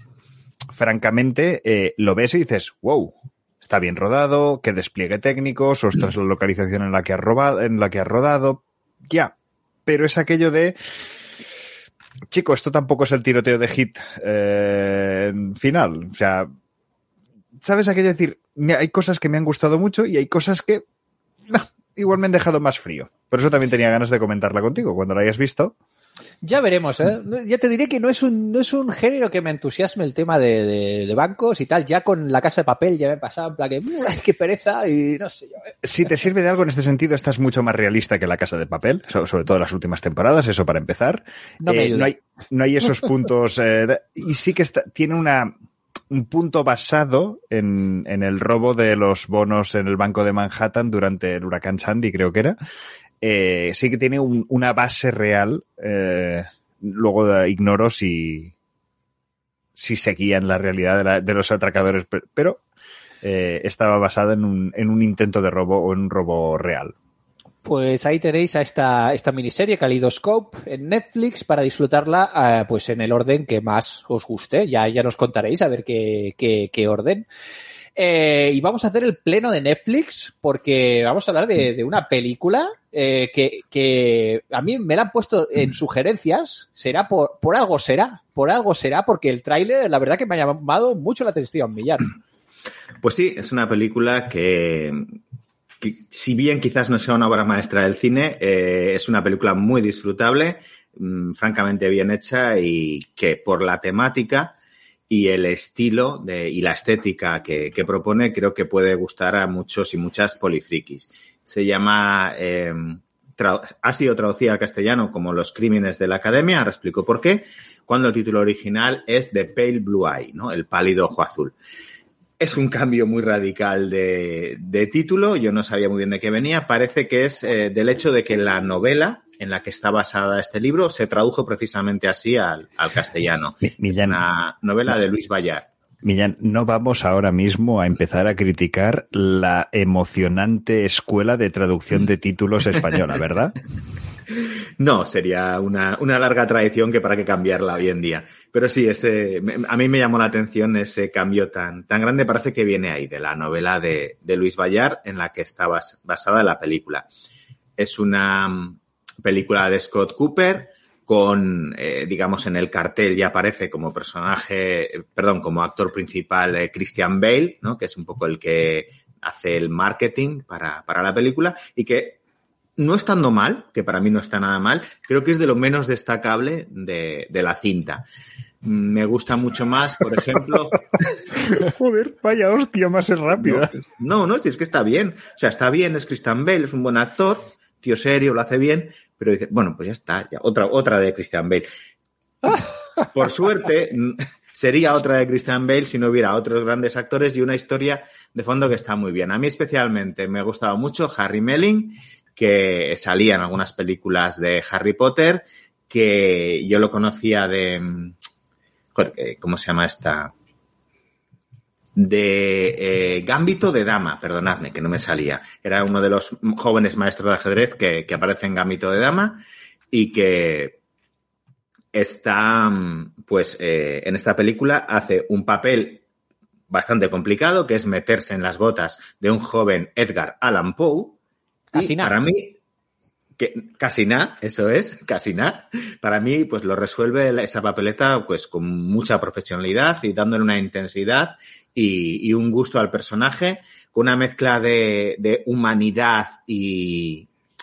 Francamente, lo ves y dices, wow, está bien rodado, qué despliegue técnico, ostras, la localización en la que ha rodado, ya. Pero es aquello de, chico, esto tampoco es el tiroteo de Hit final. O sea, ¿sabes aquello de decir? Hay cosas que me han gustado mucho y hay cosas que igual me han dejado más frío. Por eso también tenía ganas de comentarla contigo cuando la hayas visto. Ya veremos, ¿eh? Ya te diré que no es un género que me entusiasme el tema de bancos y tal. Ya con La Casa de Papel ya me he pasado en plan que qué pereza y no sé yo. Si te sirve de algo en este sentido, esta es mucho más realista que La Casa de Papel, sobre todo en las últimas temporadas, eso para empezar. No hay esos puntos y sí que tiene un punto basado en el robo de los bonos en el Banco de Manhattan durante el huracán Sandy, creo que era. Sí que tiene una base real. Luego ignoro si seguía en la realidad de los atracadores, pero estaba basada en un intento de robo o en un robo real. Pues ahí tenéis a esta miniserie Kaleidoscope en Netflix para disfrutarla pues en el orden que más os guste. Ya nos contaréis a ver qué orden. Y vamos a hacer el pleno de Netflix porque vamos a hablar de una película que a mí me la han puesto en sugerencias. Será por algo será, porque el tráiler la verdad que me ha llamado mucho la atención, Millán. Pues sí, es una película que si bien quizás no sea una obra maestra del cine, es una película muy disfrutable, francamente bien hecha y que por la temática y el estilo y la estética que propone creo que puede gustar a muchos y muchas polifrikis. Se llama, ha sido traducida al castellano como Los crímenes de la academia, ahora explico por qué, cuando el título original es The Pale Blue Eye, ¿no? El pálido ojo azul. Es un cambio muy radical de título, yo no sabía muy bien de qué venía, parece que es del hecho de que la novela en la que está basada este libro se tradujo precisamente así al castellano. Millán, una novela de Luis Bayard. Millán, no vamos ahora mismo a empezar a criticar la emocionante escuela de traducción de títulos española, ¿verdad? No, sería una larga tradición que para qué cambiarla hoy en día. Pero sí, a mí me llamó la atención ese cambio tan grande, parece que viene ahí, de la novela de Luis Bayard en la que está basada la película. Es una película de Scott Cooper con, digamos, en el cartel ya aparece como como actor principal Christian Bale, ¿no? Que es un poco el que hace el marketing para la película y que no estando mal, que para mí no está nada mal, creo que es de lo menos destacable de la cinta. Me gusta mucho más, por ejemplo... Joder, vaya hostia, más es rápida. No, es que está bien. O sea, está bien, es Christian Bale, es un buen actor, tío serio, lo hace bien, pero dice, bueno, pues ya está, ya otra de Christian Bale. Por suerte, sería otra de Christian Bale si no hubiera otros grandes actores y una historia de fondo que está muy bien. A mí especialmente me gustaba mucho Harry Melling, que salía en algunas películas de Harry Potter, que yo lo conocía de... ¿Cómo se llama esta? De Gambito de Dama, perdonadme, que no me salía. Era uno de los jóvenes maestros de ajedrez que aparece en Gambito de Dama y que está, pues, en esta película hace un papel bastante complicado, que es meterse en las botas de un joven Edgar Allan Poe. Casi nada. Para mí, casi nada, eso es, casi nada. Para mí, pues lo resuelve esa papeleta pues con mucha profesionalidad y dándole una intensidad y un gusto al personaje, con una mezcla de humanidad y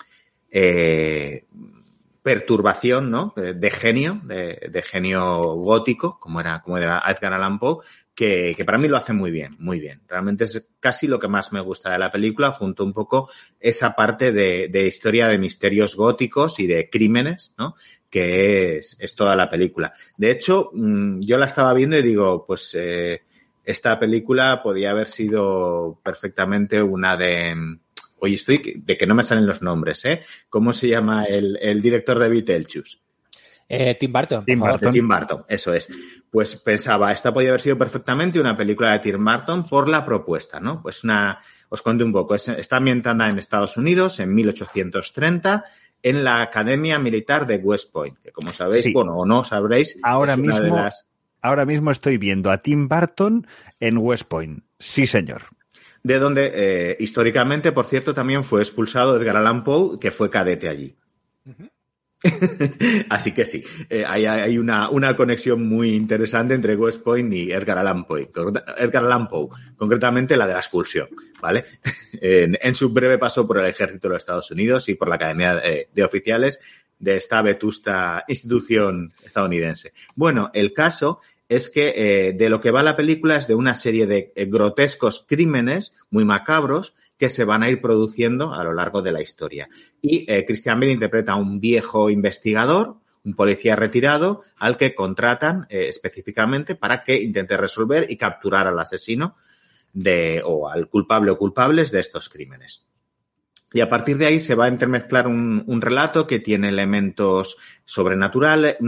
perturbación, ¿no? De genio gótico, como era Edgar Allan Poe, que para mí lo hace muy bien, muy bien. Realmente es casi lo que más me gusta de la película, junto un poco esa parte de historia de misterios góticos y de crímenes, ¿no? Que es toda la película. De hecho, yo la estaba viendo y digo, pues esta película podía haber sido perfectamente una de... Oye, estoy de que no me salen los nombres, ¿eh? ¿Cómo se llama el director de Beetlejuice? Tim Burton. Tim Burton, eso es. Pues pensaba, esta podía haber sido perfectamente una película de Tim Burton por la propuesta, ¿no? Pues os cuento un poco. Está ambientada en Estados Unidos en 1830 en la Academia Militar de West Point, que como sabéis, sí. Bueno, o no sabréis, ahora mismo estoy viendo a Tim Burton en West Point. Sí, señor. De donde, históricamente, por cierto, también fue expulsado Edgar Allan Poe, que fue cadete allí. Uh-huh. Así que sí, hay una conexión muy interesante entre West Point y Edgar Allan Poe, concretamente la de la expulsión, ¿vale? En su breve paso por el ejército de los Estados Unidos y por la Academia de Oficiales de esta vetusta institución estadounidense. Bueno, el caso es que de lo que va la película es de una serie de grotescos crímenes muy macabros que se van a ir produciendo a lo largo de la historia. Y Christian Bale interpreta a un viejo investigador, un policía retirado, al que contratan específicamente para que intente resolver y capturar al asesino o al culpable o culpables de estos crímenes. Y a partir de ahí se va a intermezclar un relato que tiene elementos sobrenaturales,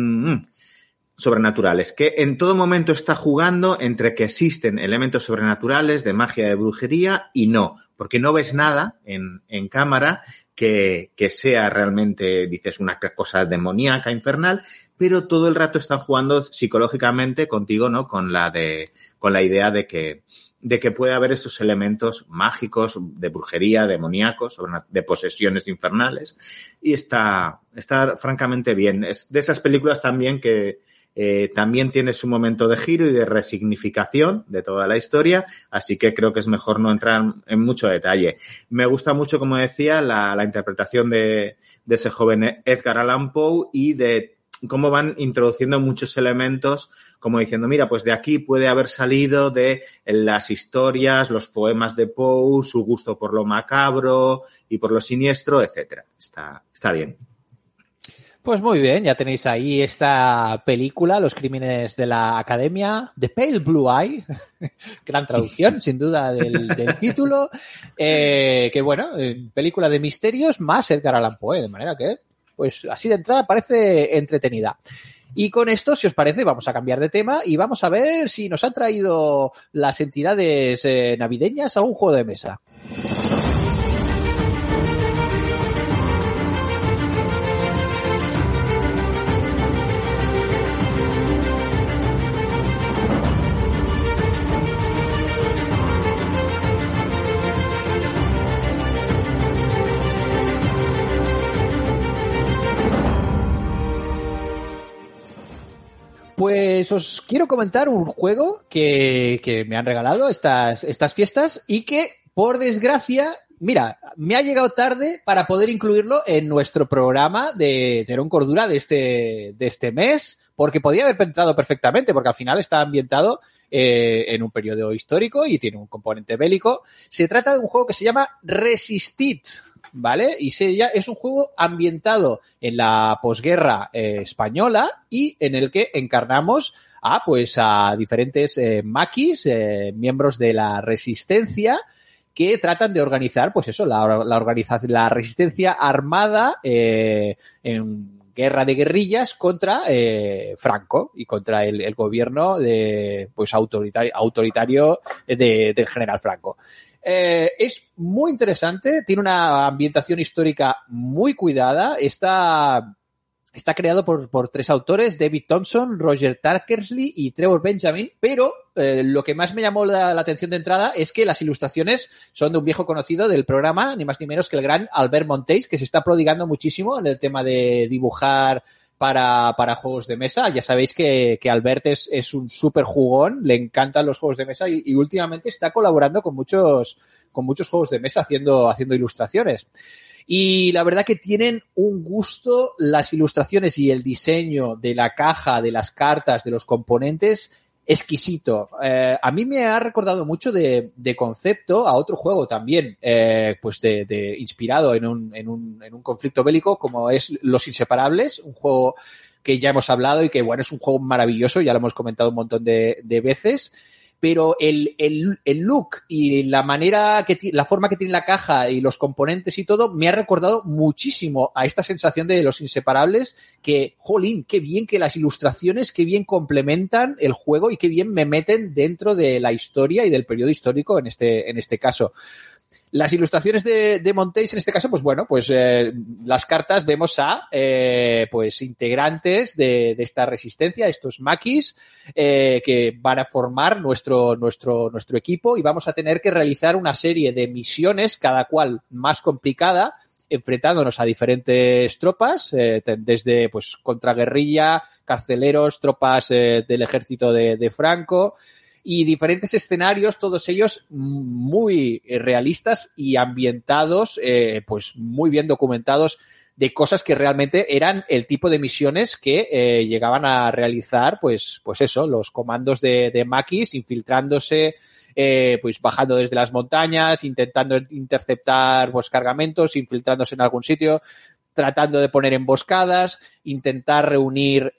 que en todo momento está jugando entre que existen elementos sobrenaturales de magia, de brujería y no, porque no ves nada en cámara que sea realmente, dices, una cosa demoníaca, infernal, pero todo el rato están jugando psicológicamente contigo, ¿no? Con la idea de que puede haber esos elementos mágicos de brujería, demoníacos, de posesiones infernales, y está francamente bien. Es de esas películas también que también tiene su momento de giro y de resignificación de toda la historia, así que creo que es mejor no entrar en mucho detalle. Me gusta mucho, como decía, la interpretación de ese joven Edgar Allan Poe y de cómo van introduciendo muchos elementos, como diciendo, mira, pues de aquí puede haber salido de las historias, los poemas de Poe, su gusto por lo macabro y por lo siniestro, etcétera. Está bien. Pues muy bien, ya tenéis ahí esta película, Los crímenes de la Academia, The Pale Blue Eye, gran traducción, sin duda, del título, que bueno, película de misterios más Edgar Allan Poe, de manera que, pues así de entrada parece entretenida. Y con esto, si os parece, vamos a cambiar de tema y vamos a ver si nos han traído las entidades navideñas algún juego de mesa. Pues os quiero comentar un juego que me han regalado estas fiestas y que, por desgracia, mira, me ha llegado tarde para poder incluirlo en nuestro programa de Terón Cordura de este mes, porque podía haber entrado perfectamente, porque al final está ambientado en un periodo histórico y tiene un componente bélico. Se trata de un juego que se llama Resistit, ¿vale? Y es un juego ambientado en la posguerra española y en el que encarnamos a diferentes maquis, miembros de la resistencia, que tratan de organizar, pues eso, la resistencia armada en guerra de guerrillas contra Franco y contra el gobierno autoritario del general Franco. Es muy interesante, tiene una ambientación histórica muy cuidada, está creado por tres autores, David Thompson, Roger Tarkersley y Trevor Benjamin, pero lo que más me llamó la atención de entrada es que las ilustraciones son de un viejo conocido del programa, ni más ni menos que el gran Albert Monteys, que se está prodigando muchísimo en el tema de dibujar para juegos de mesa. Ya sabéis que Albert es un súper jugón, le encantan los juegos de mesa y últimamente está colaborando con muchos juegos de mesa haciendo ilustraciones. Y la verdad que tienen un gusto las ilustraciones y el diseño de la caja, de las cartas, de los componentes, exquisito. A mí me ha recordado mucho de concepto a otro juego también, inspirado en un conflicto bélico como es Los Inseparables, un juego que ya hemos hablado y que bueno, es un juego maravilloso, ya lo hemos comentado un montón de veces. pero el look y la manera la forma que tiene la caja y los componentes y todo me ha recordado muchísimo a esta sensación de Los Inseparables, que, jolín, qué bien que las ilustraciones, qué bien complementan el juego y qué bien me meten dentro de la historia y del periodo histórico en este caso. Las ilustraciones de Montéis, en este caso, pues bueno, pues las cartas vemos a pues integrantes de esta resistencia, estos maquis, que van a formar nuestro equipo, y vamos a tener que realizar una serie de misiones, cada cual más complicada, enfrentándonos a diferentes tropas, desde pues contraguerrilla, carceleros, tropas del ejército de Franco, y diferentes escenarios, todos ellos muy realistas y ambientados, pues muy bien documentados, de cosas que realmente eran el tipo de misiones que llegaban a realizar, pues eso, los comandos de maquis, infiltrándose, pues bajando desde las montañas, intentando interceptar pues cargamentos, infiltrándose en algún sitio, tratando de poner emboscadas, intentar reunir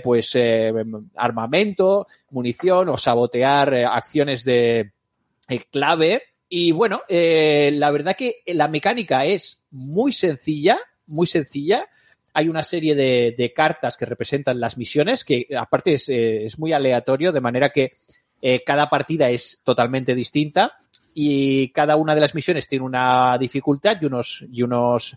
armamento, munición o sabotear acciones de clave. Y bueno, la verdad que la mecánica es muy sencilla, muy sencilla. Hay una serie de cartas que representan las misiones, que aparte es muy aleatorio, de manera que cada partida es totalmente distinta y cada una de las misiones tiene una dificultad y unos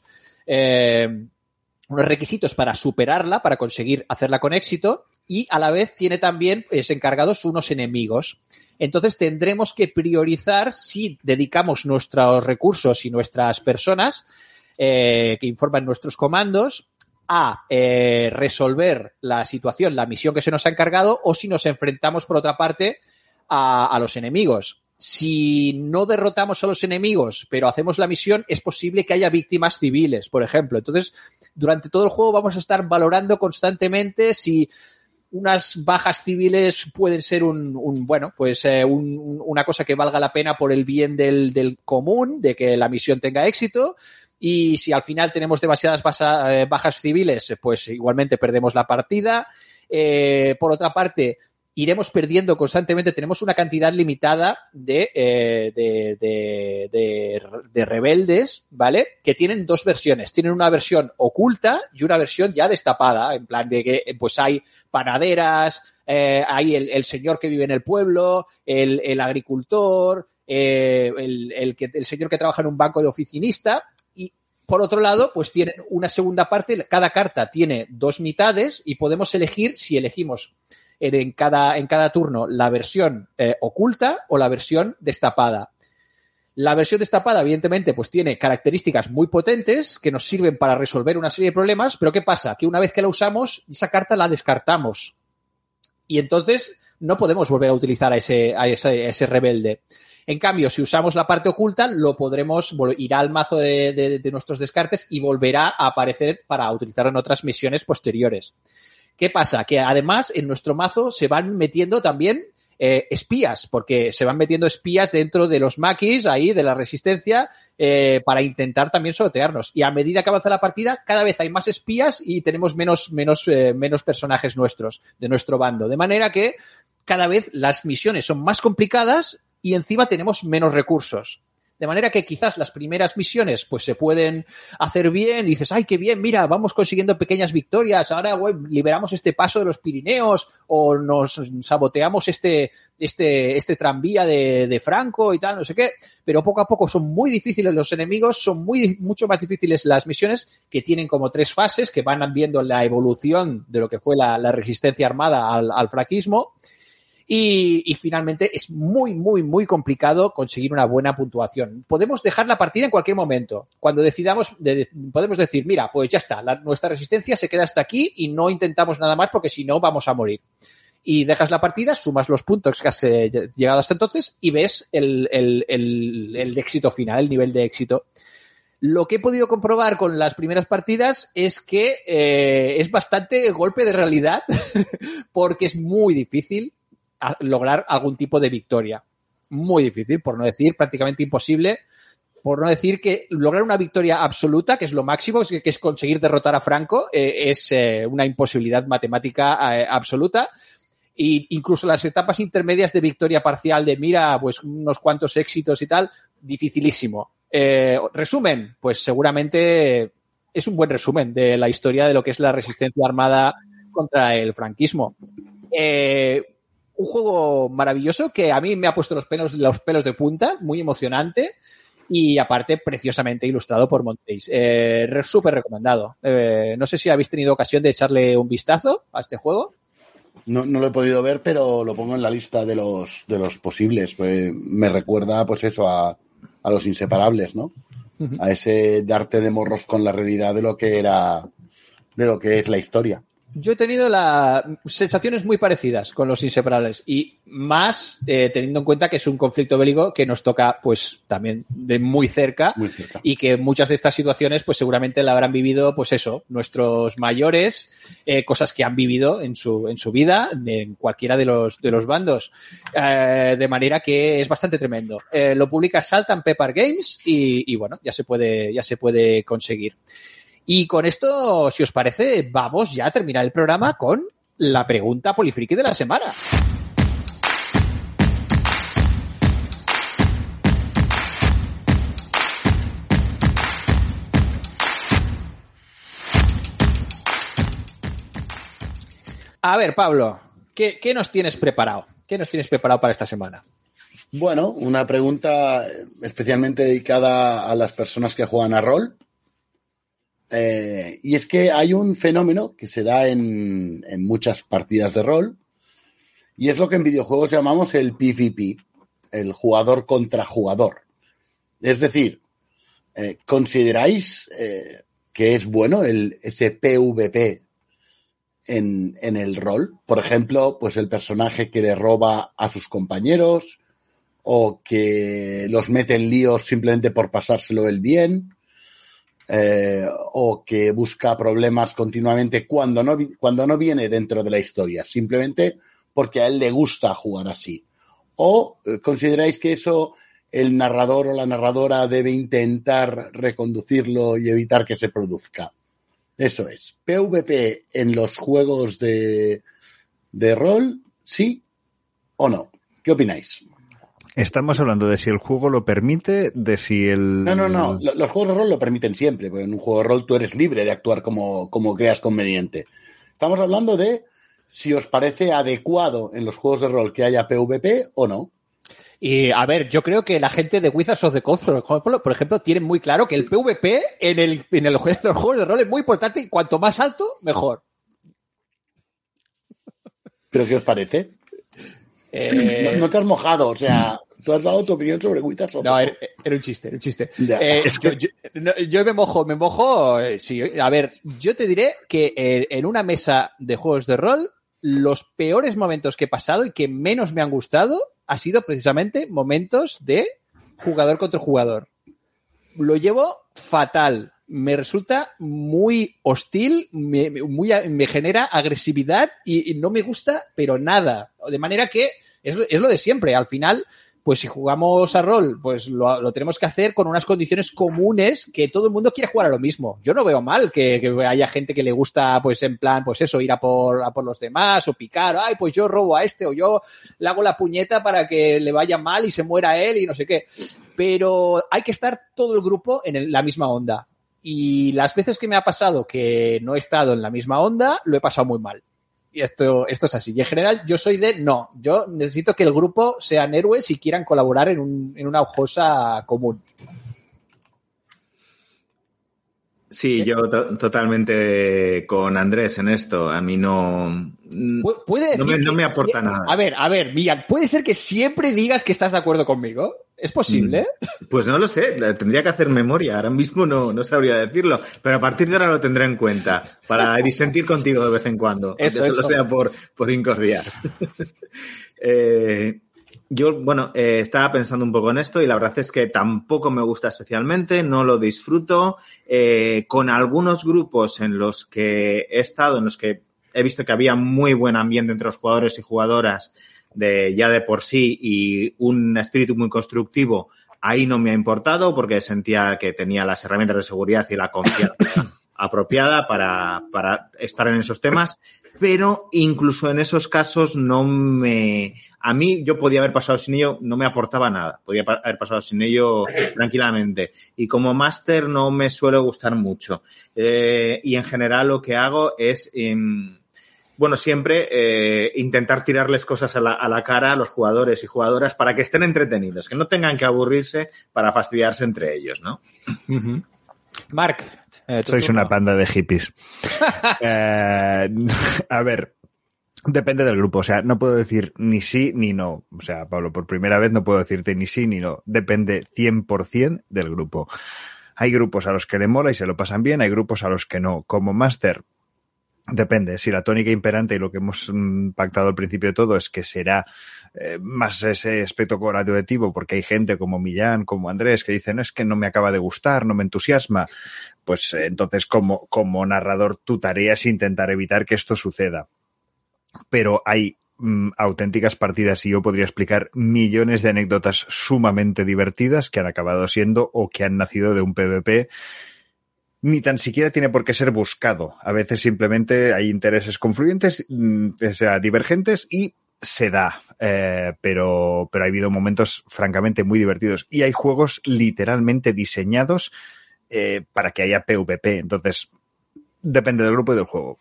requisitos para superarla, para conseguir hacerla con éxito, y a la vez tiene también encargados unos enemigos. Entonces tendremos que priorizar si dedicamos nuestros recursos y nuestras personas que informan nuestros comandos a resolver la situación, la misión que se nos ha encargado, o si nos enfrentamos por otra parte a los enemigos. Si no derrotamos a los enemigos, pero hacemos la misión, es posible que haya víctimas civiles, por ejemplo. Entonces, durante todo el juego vamos a estar valorando constantemente si unas bajas civiles pueden ser una cosa que valga la pena por el bien del común, de que la misión tenga éxito. Y si al final tenemos demasiadas bajas civiles, pues igualmente perdemos la partida. Por otra parte, iremos perdiendo constantemente. Tenemos una cantidad limitada de rebeldes, ¿vale? Que tienen dos versiones. Tienen una versión oculta y una versión ya destapada, en plan de que pues hay panaderas, hay el señor que vive en el pueblo, el agricultor, el señor que trabaja en un banco de oficinista. Y por otro lado, pues tienen una segunda parte. Cada carta tiene dos mitades y podemos elegir, si elegimos en cada turno, la versión oculta o la versión destapada. La versión destapada, evidentemente, pues tiene características muy potentes que nos sirven para resolver una serie de problemas, pero ¿qué pasa? Que una vez que la usamos, esa carta la descartamos. Y entonces no podemos volver a utilizar a ese rebelde. En cambio, si usamos la parte oculta, lo podremos, irá al mazo de nuestros descartes y volverá a aparecer para utilizarlo en otras misiones posteriores. ¿Qué pasa? Que además en nuestro mazo se van metiendo también espías, porque se van metiendo espías dentro de los maquis ahí de la resistencia para intentar también sortearnos. Y a medida que avanza la partida, cada vez hay más espías y tenemos menos personajes nuestros, de nuestro bando. De manera que cada vez las misiones son más complicadas y encima tenemos menos recursos. De manera que quizás las primeras misiones pues se pueden hacer bien, y dices, ¡ay, qué bien! Mira, vamos consiguiendo pequeñas victorias, ahora liberamos este paso de los Pirineos, o nos saboteamos este tranvía de Franco y tal, no sé qué. Pero poco a poco son muy difíciles los enemigos, son mucho más difíciles las misiones, que tienen como 3 fases, que van viendo la evolución de lo que fue la resistencia armada al franquismo. Y finalmente es muy, muy, muy complicado conseguir una buena puntuación. Podemos dejar la partida en cualquier momento. Cuando decidamos, podemos decir, mira, pues ya está, nuestra resistencia se queda hasta aquí y no intentamos nada más porque si no vamos a morir. Y dejas la partida, sumas los puntos que has llegado hasta entonces y ves el éxito final, el nivel de éxito. Lo que he podido comprobar con las primeras partidas es que es bastante golpe de realidad porque es muy difícil lograr algún tipo de victoria. Muy difícil, por no decir prácticamente imposible, por no decir que lograr una victoria absoluta, que es lo máximo, que es conseguir derrotar a Franco, es una imposibilidad matemática absoluta. Y incluso las etapas intermedias de victoria parcial de mira, pues unos cuantos éxitos y tal, dificilísimo. Resumen, pues seguramente es un buen resumen de la historia de lo que es la resistencia armada contra el franquismo. Un juego maravilloso que a mí me ha puesto los pelos de punta, muy emocionante y aparte preciosamente ilustrado por Montéis. Súper recomendado. No sé si habéis tenido ocasión de echarle un vistazo a este juego. No lo he podido ver, pero lo pongo en la lista de los posibles. Pues me recuerda, pues eso, a los Inseparables, ¿no? Uh-huh. A ese darte de morros con la realidad de lo que es la historia. Yo he tenido sensaciones muy parecidas con los Inseparables y más teniendo en cuenta que es un conflicto bélico que nos toca pues también de muy cerca y que muchas de estas situaciones pues seguramente la habrán vivido pues eso, nuestros mayores, cosas que han vivido en su vida en cualquiera de los bandos, de manera que es bastante tremendo. Lo publica Salt and Pepper Games y bueno, ya se puede conseguir. Y con esto, si os parece, vamos ya a terminar el programa con la pregunta polifriki de la semana. A ver, Pablo, ¿qué nos tienes preparado? ¿Qué nos tienes preparado para esta semana? Bueno, una pregunta especialmente dedicada a las personas que juegan a rol. Y es que hay un fenómeno que se da en muchas partidas de rol y es lo que en videojuegos llamamos el PvP, el jugador contra jugador. Es decir, ¿consideráis que es bueno ese PvP en el rol? Por ejemplo, pues el personaje que le roba a sus compañeros o que los mete en líos simplemente por pasárselo él bien. O que busca problemas continuamente cuando no viene dentro de la historia, simplemente porque a él le gusta jugar así. ¿O consideráis que eso el narrador o la narradora debe intentar reconducirlo y evitar que se produzca? Eso es. ¿PvP en los juegos de rol, sí o no? ¿Qué opináis? Estamos hablando de si el juego lo permite, de si el... No. Los juegos de rol lo permiten siempre, porque en un juego de rol tú eres libre de actuar como creas conveniente. Estamos hablando de si os parece adecuado en los juegos de rol que haya PvP o no. Y, a ver, yo creo que la gente de Wizards of the Coast, por ejemplo, tiene muy claro que el PvP en los juegos de rol es muy importante y cuanto más alto, mejor. ¿Pero qué os parece? No te has mojado, o sea... Tú has dado tu opinión sobre Wizards of the Coast. No, era un chiste. Es que... yo me mojo, sí. A ver, yo te diré que en una mesa de juegos de rol, los peores momentos que he pasado y que menos me han gustado ha sido precisamente momentos de jugador contra jugador. Lo llevo fatal. Me resulta muy hostil, me genera agresividad y no me gusta, pero nada. De manera que es lo de siempre. Al final, pues si jugamos a rol, pues lo tenemos que hacer con unas condiciones comunes que todo el mundo quiere jugar a lo mismo. Yo no veo mal que haya gente que le gusta, pues en plan, pues eso, ir a por los demás o picar. Ay, pues yo robo a este o yo le hago la puñeta para que le vaya mal y se muera él y no sé qué. Pero hay que estar todo el grupo en la misma onda. Y las veces que me ha pasado que no he estado en la misma onda, lo he pasado muy mal. Y esto es así. Y en general yo soy no. Yo necesito que el grupo sean héroes y quieran colaborar en una cosa común. Sí, yo totalmente con Andrés en esto. A mí no me aporta nada. A ver, Millán, ¿puede ser que siempre digas que estás de acuerdo conmigo? ¿Es posible? Pues no lo sé, tendría que hacer memoria. Ahora mismo no sabría decirlo, pero a partir de ahora lo tendré en cuenta para disentir contigo de vez en cuando, aunque solo sea por incordiar. Yo, estaba pensando un poco en esto y la verdad es que tampoco me gusta especialmente, no lo disfruto. Con algunos grupos en los que he estado, en los que he visto que había muy buen ambiente entre los jugadores y jugadoras ya de por sí y un espíritu muy constructivo, ahí no me ha importado porque sentía que tenía las herramientas de seguridad y la confianza apropiada para estar en esos temas, pero incluso en esos casos a mí yo podía haber pasado sin ello, no me aportaba nada, podía haber pasado sin ello tranquilamente, y como máster no me suele gustar mucho, y en general lo que hago es siempre intentar tirarles cosas a la cara a los jugadores y jugadoras para que estén entretenidos, que no tengan que aburrirse para fastidiarse entre ellos, ¿no? Uh-huh. Marc. Sois una panda de hippies. A ver, depende del grupo. O sea, no puedo decir ni sí ni no. O sea, Pablo, por primera vez no puedo decirte ni sí ni no. Depende 100% del grupo. Hay grupos a los que le mola y se lo pasan bien, hay grupos a los que no. Como máster, depende. Si la tónica imperante y lo que hemos pactado al principio de todo es que será más ese aspecto colaborativo, porque hay gente como Millán, como Andrés, que dicen, es que no me acaba de gustar, no me entusiasma. Pues entonces, como narrador, tu tarea es intentar evitar que esto suceda. Pero hay auténticas partidas, y yo podría explicar millones de anécdotas sumamente divertidas que han acabado siendo o que han nacido de un PvP. Ni tan siquiera tiene por qué ser buscado. A veces simplemente hay intereses confluyentes, o sea, divergentes, y se da. Pero ha habido momentos francamente muy divertidos. Y hay juegos literalmente diseñados para que haya PvP. Entonces, depende del grupo y del juego.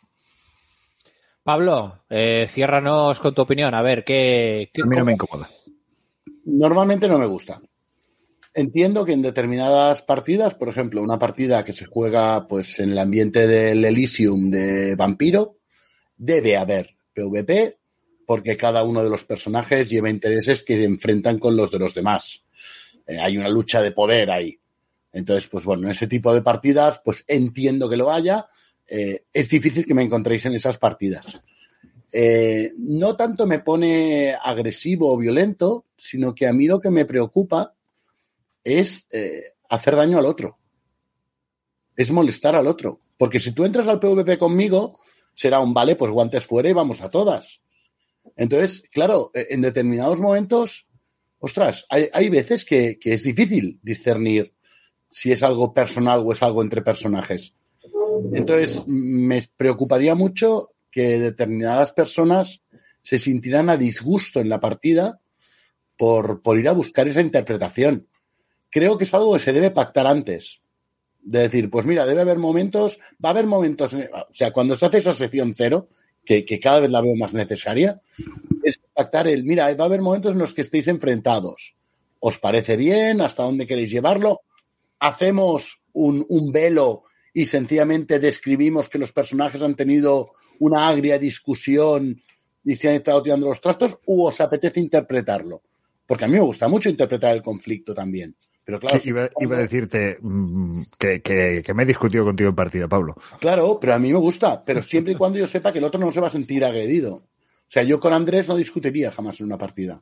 Pablo, ciérranos con tu opinión. A ver, a mí no me incomoda. Normalmente no me gusta. Entiendo que en determinadas partidas, por ejemplo, una partida que se juega pues en el ambiente del Elysium de Vampiro, debe haber PvP porque cada uno de los personajes lleva intereses que se enfrentan con los de los demás. Hay una lucha de poder ahí. Entonces, pues bueno, en ese tipo de partidas, pues entiendo que lo haya. Es difícil que me encontréis en esas partidas. No tanto me pone agresivo o violento, sino que a mí lo que me preocupa es hacer daño al otro. Es molestar al otro. Porque si tú entras al PvP conmigo, será un vale, pues guantes fuera y vamos a todas. Entonces, claro, en determinados momentos, ostras, hay veces que es difícil discernir si es algo personal o es algo entre personajes. Entonces, me preocuparía mucho que determinadas personas se sintieran a disgusto en la partida por ir a buscar esa interpretación. Creo que es algo que se debe pactar antes. De decir, pues mira, va a haber momentos, o sea, cuando se hace esa sección cero, que cada vez la veo más necesaria, es pactar mira, va a haber momentos en los que estéis enfrentados. ¿Os parece bien? ¿Hasta dónde queréis llevarlo? ¿Hacemos un velo y sencillamente describimos que los personajes han tenido una agria discusión y se han estado tirando los trastos? ¿O os apetece interpretarlo? Porque a mí me gusta mucho interpretar el conflicto también. Pero claro, iba a decirte que me he discutido contigo en partida, Pablo. Claro, pero a mí me gusta, pero siempre y cuando yo sepa que el otro no se va a sentir agredido. O sea, yo con Andrés no discutiría jamás en una partida.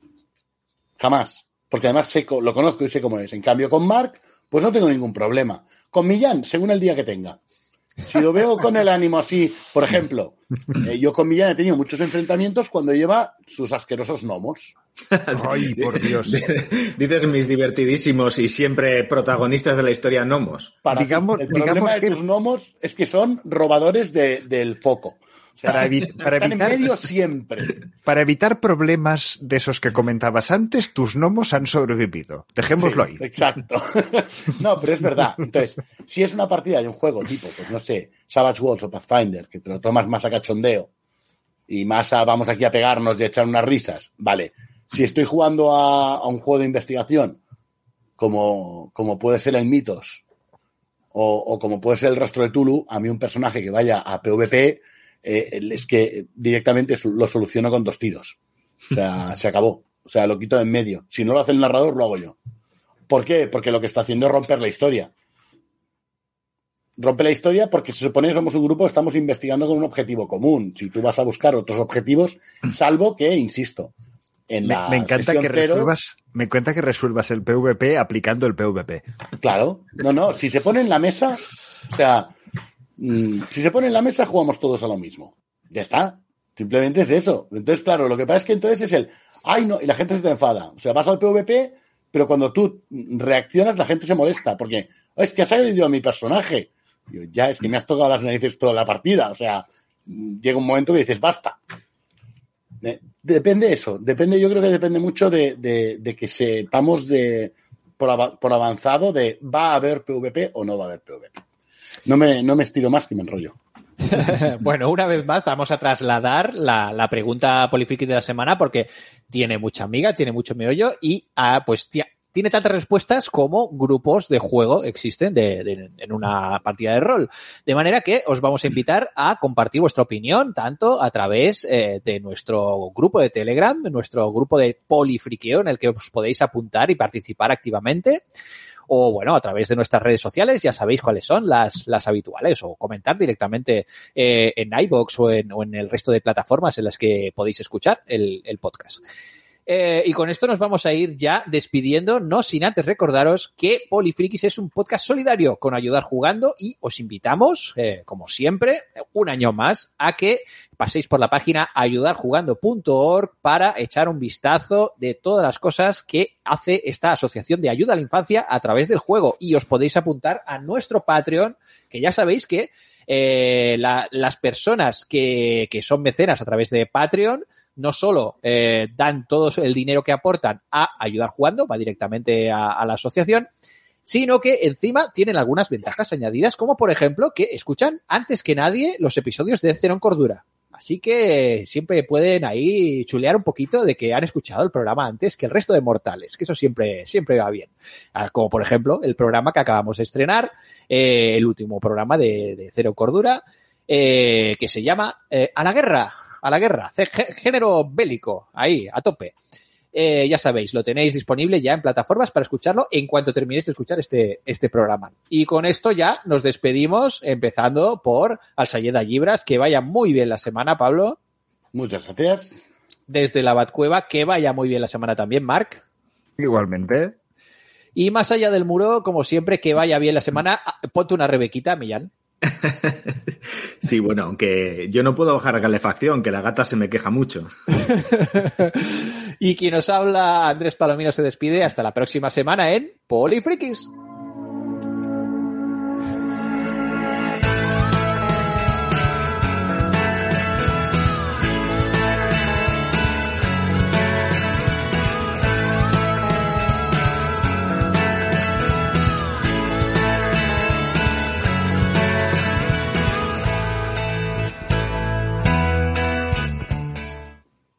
Jamás. Porque además lo conozco y sé cómo es. En cambio, con Marc, pues no tengo ningún problema. Con Millán, según el día que tenga. Si lo veo con el ánimo así, por ejemplo, yo con Millán he tenido muchos enfrentamientos cuando lleva sus asquerosos gnomos. Ay, por Dios. Dices mis divertidísimos y siempre protagonistas de la historia gnomos. El problema de tus gnomos es que son robadores del foco. O sea, para evitar, en medio siempre. Para evitar problemas de esos que comentabas antes, tus gnomos han sobrevivido. Dejémoslo ahí. Exacto. No, pero es verdad. Entonces, si es una partida de un juego tipo, pues no sé, Savage Worlds o Pathfinder, que te lo tomas más a cachondeo y más a vamos aquí a pegarnos y a echar unas risas, vale. Si estoy jugando a un juego de investigación, como puede ser el Mitos o como puede ser el Rastro de Tulu, a mí un personaje que vaya a PvP es que directamente lo soluciono con 2 tiros. O sea, se acabó. O sea, lo quito de en medio. Si no lo hace el narrador, lo hago yo. ¿Por qué? Porque lo que está haciendo es romper la historia. Rompe la historia porque se supone que somos un grupo que estamos investigando con un objetivo común. Si tú vas a buscar otros objetivos, salvo que, insisto, me encanta que resuelvas el PvP aplicando el PvP. Claro. No. Si se pone en la mesa, o sea, si se pone en la mesa, jugamos todos a lo mismo. Ya está. Simplemente es eso. Entonces, claro, lo que pasa es que entonces es ¡ay, no! Y la gente se te enfada. O sea, vas al PvP, pero cuando tú reaccionas, la gente se molesta. Porque es que has agredido a mi personaje. Yo, ya es que me has tocado las narices toda la partida. O sea, llega un momento que dices, basta. Depende eso. Yo creo que depende mucho de que sepamos por avanzado de va a haber PvP o no va a haber PvP. No me estiro más que me enrollo. Bueno, una vez más vamos a trasladar la pregunta Polifriki de la semana porque tiene mucha amiga, tiene mucho meollo y pues tiene tantas respuestas como grupos de juego existen en una partida de rol. De manera que os vamos a invitar a compartir vuestra opinión tanto a través de nuestro grupo de Telegram, de nuestro grupo de Polifriqueo en el que os podéis apuntar y participar activamente. O, bueno, a través de nuestras redes sociales, ya sabéis cuáles son las habituales, o comentar directamente en iVoox o en el resto de plataformas en las que podéis escuchar el podcast. Y con esto nos vamos a ir ya despidiendo, no sin antes recordaros que Polifrikis es un podcast solidario con Ayudar Jugando y os invitamos, como siempre, un año más, a que paséis por la página ayudarjugando.org para echar un vistazo de todas las cosas que hace esta asociación de ayuda a la infancia a través del juego. Y os podéis apuntar a nuestro Patreon, que ya sabéis que las personas que son mecenas a través de Patreon no solo dan todo el dinero que aportan a Ayudar Jugando, va directamente a la asociación, sino que encima tienen algunas ventajas añadidas, como por ejemplo que escuchan antes que nadie los episodios de Cero en Cordura. Así que siempre pueden ahí chulear un poquito de que han escuchado el programa antes que el resto de mortales, que eso siempre va bien. Como por ejemplo el programa que acabamos de estrenar, el último programa de Cero en Cordura, que se llama A la guerra, género bélico, ahí, a tope. Ya sabéis, lo tenéis disponible ya en plataformas para escucharlo en cuanto terminéis de escuchar este programa. Y con esto ya nos despedimos, empezando por Al-Sayed Libras. Que vaya muy bien la semana, Pablo. Muchas gracias. Desde la Batcueva, que vaya muy bien la semana también, Marc. Igualmente. Y más allá del muro, como siempre, que vaya bien la semana. Ponte una Rebequita, Millán. Sí, bueno, aunque yo no puedo bajar a calefacción, que la gata se me queja mucho. Y quien nos habla, Andrés Palomino, se despide hasta la próxima semana en Polifrikis.